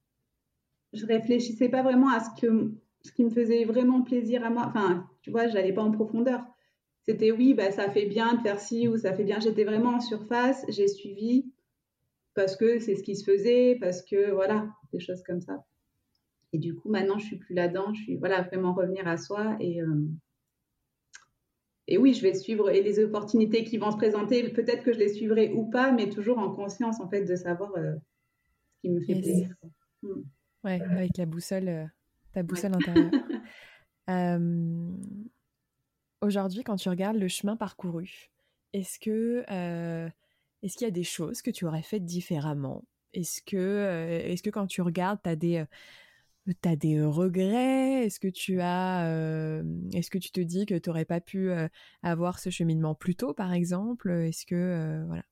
je réfléchissais pas vraiment à ce que, ce qui me faisait vraiment plaisir à moi. Enfin, tu vois, j'allais pas en profondeur. C'était oui, bah, ça fait bien de faire ci ou ça fait bien. J'étais vraiment en surface, j'ai suivi parce que c'est ce qui se faisait, parce que voilà, des choses comme ça. Et du coup, maintenant, je suis plus là-dedans. Je suis voilà, vraiment revenir à soi et, euh, et oui, je vais suivre et les opportunités qui vont se présenter, peut-être que je les suivrai ou pas, mais toujours en conscience en fait de savoir euh, ce qui me fait Yes. plaisir. Mm. Ouais, avec la boussole, euh, ta boussole Ouais. intérieure. Euh, Aujourd'hui, quand tu regardes le chemin parcouru, est-ce que euh, est-ce qu'il y a des choses que tu aurais faites différemment? Est-ce que euh, est-ce que quand tu regardes, t'as des euh, t'as des regrets? Est-ce que tu as euh, est-ce que tu te dis que tu n'aurais pas pu euh, avoir ce cheminement plus tôt, par exemple? Est-ce que euh, voilà.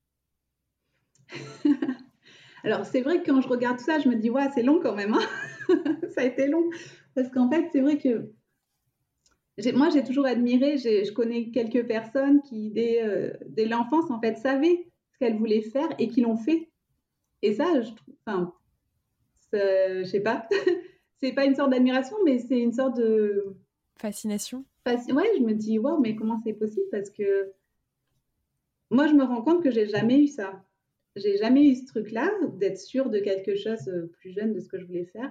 Alors c'est vrai que quand je regarde tout ça, je me dis ouais, c'est long quand même. Hein. Ça a été long parce qu'en fait, c'est vrai que j'ai, moi j'ai toujours admiré. J'ai, je connais quelques personnes qui dès, euh, dès l'enfance en fait savaient ce qu'elles voulaient faire et qui l'ont fait. Et ça, je trouve, enfin, je sais pas, c'est pas une sorte d'admiration, mais c'est une sorte de Fascination? ouais, je me dis, waouh, mais comment c'est possible? Parce que moi, je me rends compte que j'ai jamais eu ça. J'ai jamais eu ce truc-là, d'être sûre de quelque chose euh, plus jeune de ce que je voulais faire.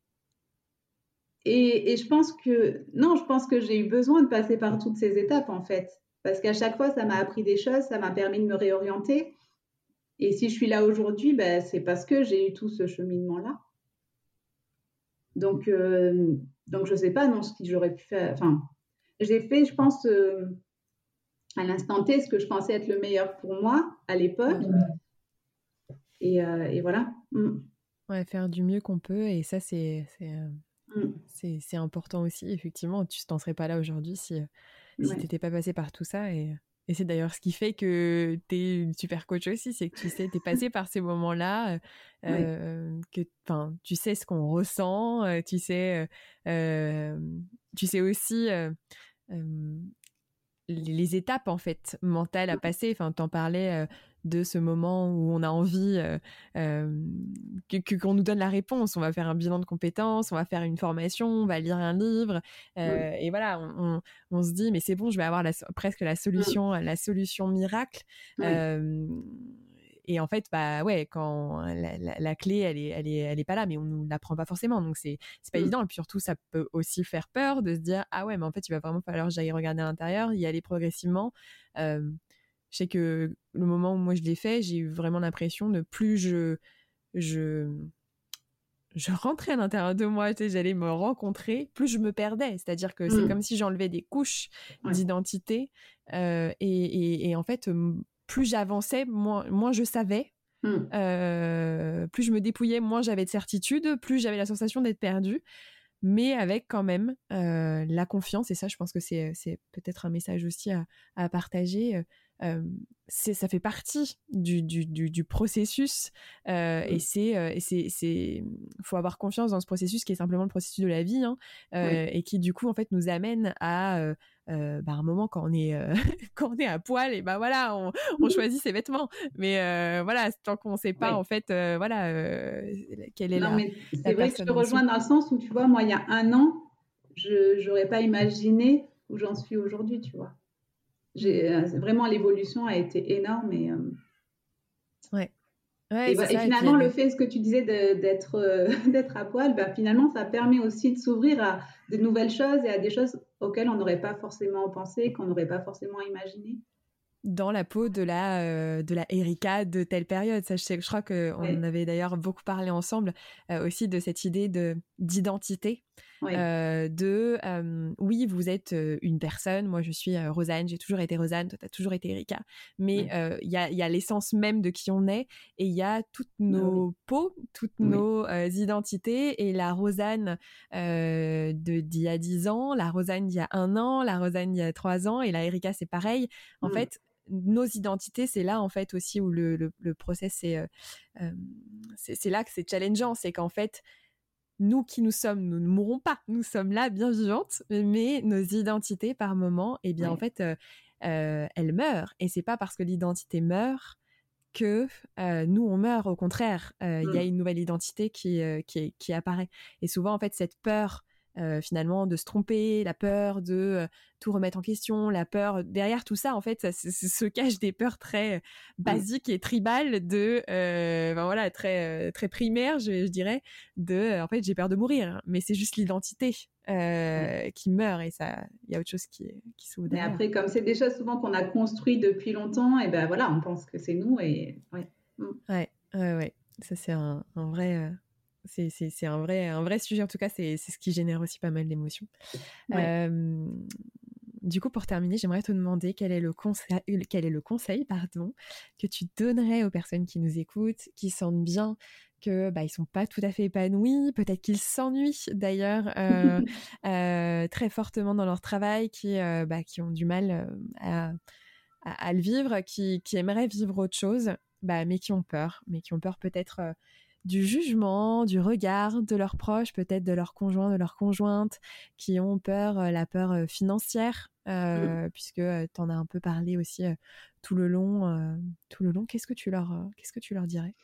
Et, et je pense que, non, je pense que j'ai eu besoin de passer par toutes ces étapes, en fait. Parce qu'à chaque fois, ça m'a appris des choses, ça m'a permis de me réorienter. Et si je suis là aujourd'hui, ben, c'est parce que j'ai eu tout ce cheminement-là. Donc, euh, donc je sais pas, non, ce que j'aurais pu faire. Enfin, j'ai fait, je pense, euh, à l'instant T, ce que je pensais être le meilleur pour moi à l'époque. Et, euh, et voilà. Mm. Ouais, faire du mieux qu'on peut, et ça, c'est c'est, euh, Mm. c'est, c'est important aussi. Effectivement, tu n'en serais pas là aujourd'hui si, euh, si tu Ouais. n'étais pas passé par tout ça. Et, et c'est d'ailleurs ce qui fait que tu es une super coach aussi, c'est que tu sais, tu es passé par ces moments-là, Ouais. euh, que tu sais ce qu'on ressent, euh, tu, sais, euh, euh, tu sais aussi... Euh, euh, les étapes en fait mentales à passer. Enfin, t'en parlais euh, de ce moment où on a envie euh, euh, que, que, qu'on nous donne la réponse. On va faire un bilan de compétences, on va faire une formation, on va lire un livre, euh, Mm. et voilà, on, on, on se dit mais c'est bon, je vais avoir la, presque la solution, Mm. la solution miracle. Ouais. Euh, et en fait, bah ouais, quand la, la, la clé, elle est, elle est, elle est pas là, mais on nous l'apprend pas forcément, donc c'est, c'est pas Mm. évident. Et puis surtout, ça peut aussi faire peur de se dire ah ouais, mais en fait, il va vraiment falloir que j'aille regarder à l'intérieur, y aller progressivement. Euh, je sais que le moment où moi je l'ai fait, j'ai eu vraiment l'impression de plus je, je, je rentrais à l'intérieur de moi, tu sais, j'allais me rencontrer, plus je me perdais. C'est-à-dire que c'est Mm. comme si j'enlevais des couches Ouais. d'identité, euh, et, et, et en fait, plus j'avançais, moins, moins je savais. Mm. Euh, plus je me dépouillais, moins j'avais de certitude, plus j'avais la sensation d'être perdue. mais avec quand même euh, la confiance. Et ça, je pense que c'est, c'est peut-être un message aussi à, à partager. Euh, c'est, ça fait partie du, du, du, du processus euh, Mm. et c'est, euh, et c'est, c'est, faut avoir confiance dans ce processus qui est simplement le processus de la vie, hein, euh, Oui. et qui du coup en fait nous amène à euh, euh, bah, un moment quand on est euh, quand on est à poil et bah voilà on, on choisit ses vêtements, mais euh, voilà tant qu'on sait pas Oui. en fait euh, voilà euh, quelle est Non, la, mais la c'est vrai que je personne te en dessous. rejoins dans le sens où, tu vois, moi, il y a un an, je n'aurais pas imaginé où j'en suis aujourd'hui, tu vois. Mm. J'ai, euh, vraiment, l'évolution a été énorme. Et, euh, Ouais. Ouais, et, c'est voilà. Et ça. Et puis il y a finalement, le des... fait, ce que tu disais de- d'être euh, d'être à poil, bah, finalement, ça permet aussi de s'ouvrir à de nouvelles choses et à des choses auxquelles on n'aurait pas forcément pensé, qu'on n'aurait pas forcément imaginé. dans la peau de la euh, de la Erika de telle période. Ça, je sais, je crois qu'on en Oui, avait d'ailleurs beaucoup parlé ensemble euh, aussi de cette idée de d'identité. oui, Euh, de euh, oui, vous êtes euh, une personne, moi je suis euh, Rosanne, j'ai toujours été Rosanne, toi t'as toujours été Erika, mais oui. euh, il y, a, y a l'essence même de qui on est et il y a toutes Bah oui, nos peaux, toutes oui. nos euh, identités et la Rosanne euh, de, d'il y a dix ans, la Rosanne d'il y a un an, la Rosanne d'il y a trois ans et la Erika c'est pareil. En Mm. fait, nos identités, c'est là en fait aussi où le, le, le process c'est, euh, euh, c'est c'est là que c'est challengeant, c'est qu'en fait nous qui nous sommes, nous ne mourrons pas, nous sommes là bien vivantes, mais nos identités par moment, eh bien en Ouais. fait, euh, euh, elles meurent. Et c'est pas parce que l'identité meurt que euh, nous on meurt. Au contraire, euh, il y a Mm. une nouvelle identité qui, euh, qui, qui apparaît. Et souvent en fait cette peur euh, finalement de se tromper, la peur de euh, tout remettre en question, la peur derrière tout ça en fait ça, ça, ça se cache des peurs très Ouais. basiques et tribales de euh, ben voilà très euh, très primaires je, je dirais de euh, en fait j'ai peur de mourir, mais c'est juste l'identité Ouais. euh, qui meurt et ça il y a autre chose qui qui s'ouvre Mais derrière. après, comme c'est des choses souvent qu'on a construit depuis longtemps, et ben voilà, on pense que c'est nous et ouais. Mm. Ouais, ouais, ouais. Ça, c'est un, un vrai, euh, c'est, c'est, c'est un vrai, un vrai sujet. En tout cas, c'est, c'est ce qui génère aussi pas mal d'émotions. Ouais. Euh, du coup, pour terminer, j'aimerais te demander quel est le conseil, quel est le conseil, pardon, que tu donnerais aux personnes qui nous écoutent, qui sentent bien que bah, ils sont pas tout à fait épanouis, peut-être qu'ils s'ennuient d'ailleurs euh, euh, très fortement dans leur travail, qui, euh, bah, qui ont du mal euh, à à, à le vivre, qui, qui aimeraient vivre autre chose, bah, mais qui ont peur, mais qui ont peur peut-être euh, du jugement, du regard de leurs proches, peut-être de leur conjoint, de leur conjointe, qui ont peur, euh, la peur euh, financière, Mm. euh, puisque euh, tu en as un peu parlé aussi euh, tout le long. Euh, tout le long, qu'est-ce que tu leur, euh, qu'est-ce que tu leur dirais?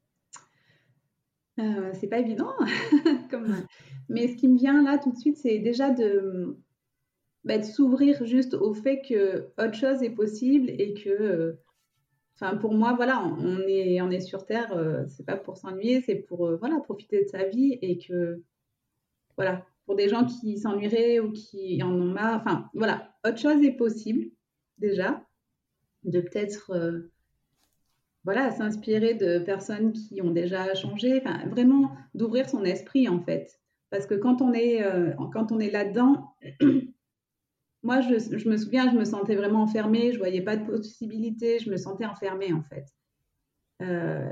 Euh, c'est pas évident, comme... mais ce qui me vient là tout de suite, c'est déjà de, bah, de s'ouvrir juste au fait que autre chose est possible et que, euh, enfin pour moi, voilà, on est, on est sur Terre, euh, c'est pas pour s'ennuyer, c'est pour euh, voilà, profiter de sa vie et que, voilà, pour des gens qui s'ennuieraient ou qui en ont marre, enfin voilà, autre chose est possible déjà, de peut-être euh, voilà, s'inspirer de personnes qui ont déjà changé, enfin, vraiment d'ouvrir son esprit en fait. Parce que quand on est, euh, quand on est là-dedans, moi je, je, me souviens, je me sentais vraiment enfermée, je voyais pas de possibilité, je me sentais enfermée en fait. Euh,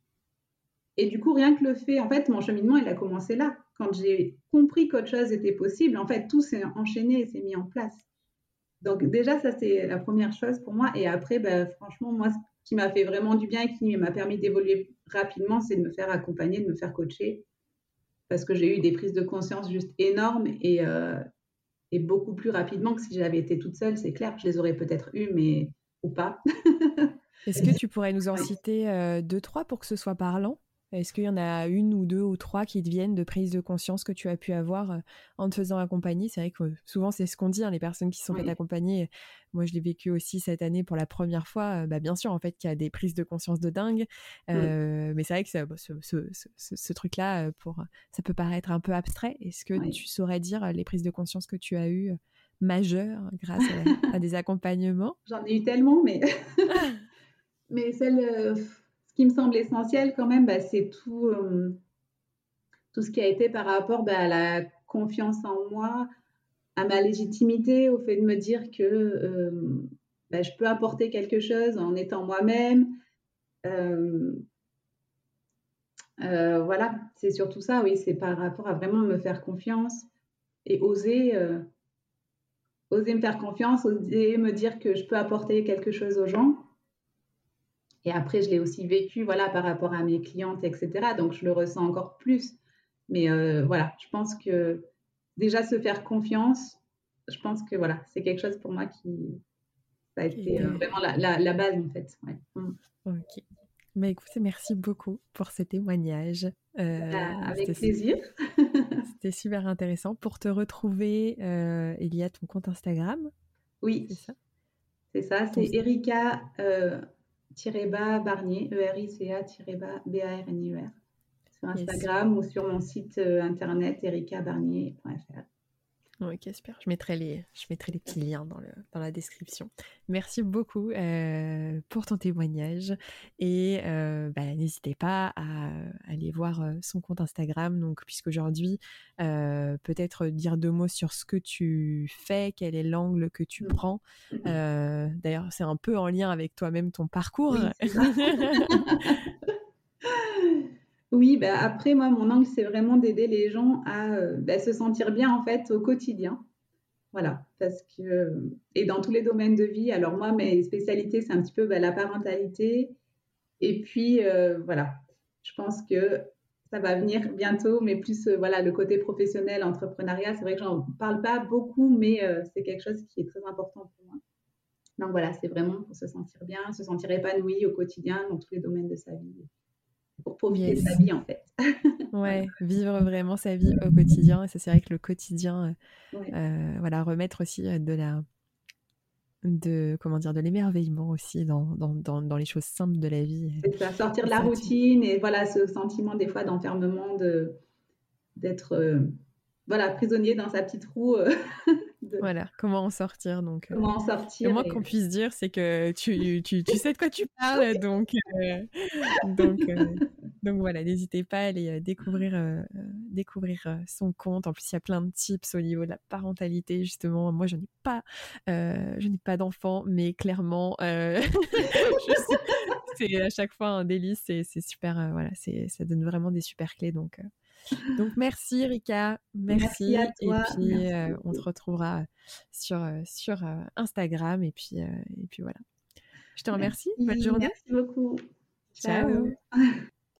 et du coup, rien que le fait, en fait, mon cheminement, il a commencé là. Quand j'ai compris qu'autre chose était possible, en fait, tout s'est enchaîné et s'est mis en place. Donc déjà, ça c'est la première chose pour moi. Et après, bah, franchement, moi, ce qui m'a fait vraiment du bien et qui m'a permis d'évoluer rapidement, c'est de me faire accompagner, de me faire coacher, parce que j'ai eu des prises de conscience juste énormes et, euh, et beaucoup plus rapidement que si j'avais été toute seule, c'est clair. Je les aurais peut-être eues, mais ou pas. Est-ce que tu pourrais nous en Ouais. citer euh, deux, trois pour que ce soit parlant? Est-ce qu'il y en a une ou deux ou trois qui te viennent de prise de conscience que tu as pu avoir euh, en te faisant accompagner? C'est vrai que euh, souvent c'est ce qu'on dit, hein, les personnes qui se sont faites Oui. accompagner. Moi, je l'ai vécu aussi cette année pour la première fois. Euh, bah, bien sûr, en fait, qu'il y a des prises de conscience de dingue. Mm. Euh, mais c'est vrai que ça, bah, ce, ce, ce, ce, ce truc-là, euh, pour, ça peut paraître un peu abstrait. Est-ce que Oui. tu saurais dire euh, les prises de conscience que tu as eues euh, majeures grâce à, la- à des accompagnements? J'en ai eu tellement, mais, mais celle, euh, ce qui me semble essentiel quand même, bah, c'est tout, euh, tout ce qui a été par rapport bah, à la confiance en moi, à ma légitimité, au fait de me dire que euh, bah, je peux apporter quelque chose en étant moi-même. Euh, Euh, voilà, c'est surtout ça, oui, c'est par rapport à vraiment me faire confiance et oser, euh, oser me faire confiance, oser me dire que je peux apporter quelque chose aux gens. Et après, je l'ai aussi vécu, voilà, par rapport à mes clientes, et cetera. Donc, je le ressens encore plus. Mais euh, voilà, je pense que déjà se faire confiance, je pense que voilà, c'est quelque chose pour moi qui ça a Qui été euh, était... vraiment la, la, la base en fait. Ouais. Mm. Ok. Bah écoutez, merci beaucoup pour ce témoignage. Bah, Euh, avec c'était, plaisir. c'était super intéressant. Pour te retrouver, euh, il y a ton compte Instagram, Oui, c'est ça? c'est ça, Ton... c'est Erika euh, bas Barnier, E R I C A bas B A R N I E R, sur Yes. Instagram ou sur mon site euh, internet erika barnier point f r. Ok, super. Je mettrai les, je mettrai les petits liens dans, le, dans la description. Merci beaucoup euh, pour ton témoignage et euh, bah, n'hésitez pas à aller voir euh, son compte Instagram. Donc, puisqu'aujourd'hui, euh, peut-être dire deux mots sur ce que tu fais, quel est l'angle que tu prends. Euh, d'ailleurs, c'est un peu en lien avec toi-même ton parcours. Oui, c'est ça. Oui, bah, après, moi, mon angle, c'est vraiment d'aider les gens à euh, bah, se sentir bien en fait au quotidien. Voilà, parce que, et dans tous les domaines de vie. Alors, moi, mes spécialités, c'est un petit peu bah, la parentalité. Et puis, euh, voilà, je pense que ça va venir bientôt, mais plus, euh, voilà, le côté professionnel, entrepreneuriat, c'est vrai que j'en parle pas beaucoup, mais euh, c'est quelque chose qui est très important pour moi. Donc, voilà, c'est vraiment pour se sentir bien, se sentir épanoui au quotidien dans tous les domaines de sa vie, pour profiter de sa Yes. vie, en fait. Voilà. Ouais, vivre vraiment sa vie au quotidien. Et ça, c'est vrai que le quotidien, Ouais. euh, voilà, remettre aussi euh, de la, de, comment dire, de l'émerveillement aussi dans, dans, dans, dans les choses simples de la vie. C'est ça, sortir Et de la ça, tu... routine et voilà ce sentiment des fois d'enfermement, de, d'être euh, voilà, prisonnier dans sa petite roue, euh, de Voilà, comment en sortir. Donc, euh, comment en le sortir. moins Et... qu'on puisse dire, c'est que tu, tu, tu sais de quoi tu parles. Donc, euh, donc, euh, donc voilà, n'hésitez pas à aller euh, découvrir, euh, euh, découvrir euh, son compte. En plus, il y a plein de tips au niveau de la parentalité, justement. Moi, je n'ai pas, euh, je n'ai pas d'enfant, mais clairement, euh, je sais, c'est à chaque fois un délice. C'est, c'est super, euh, voilà, c'est, ça donne vraiment des super clés. Donc, euh, donc merci Rika, Merci à merci. Et toi, puis, merci euh, on te beaucoup. retrouvera sur, euh, sur euh, Instagram. Et puis, euh, et puis voilà. Je te remercie. Bonne Merci, journée. merci beaucoup. Ciao. Ciao.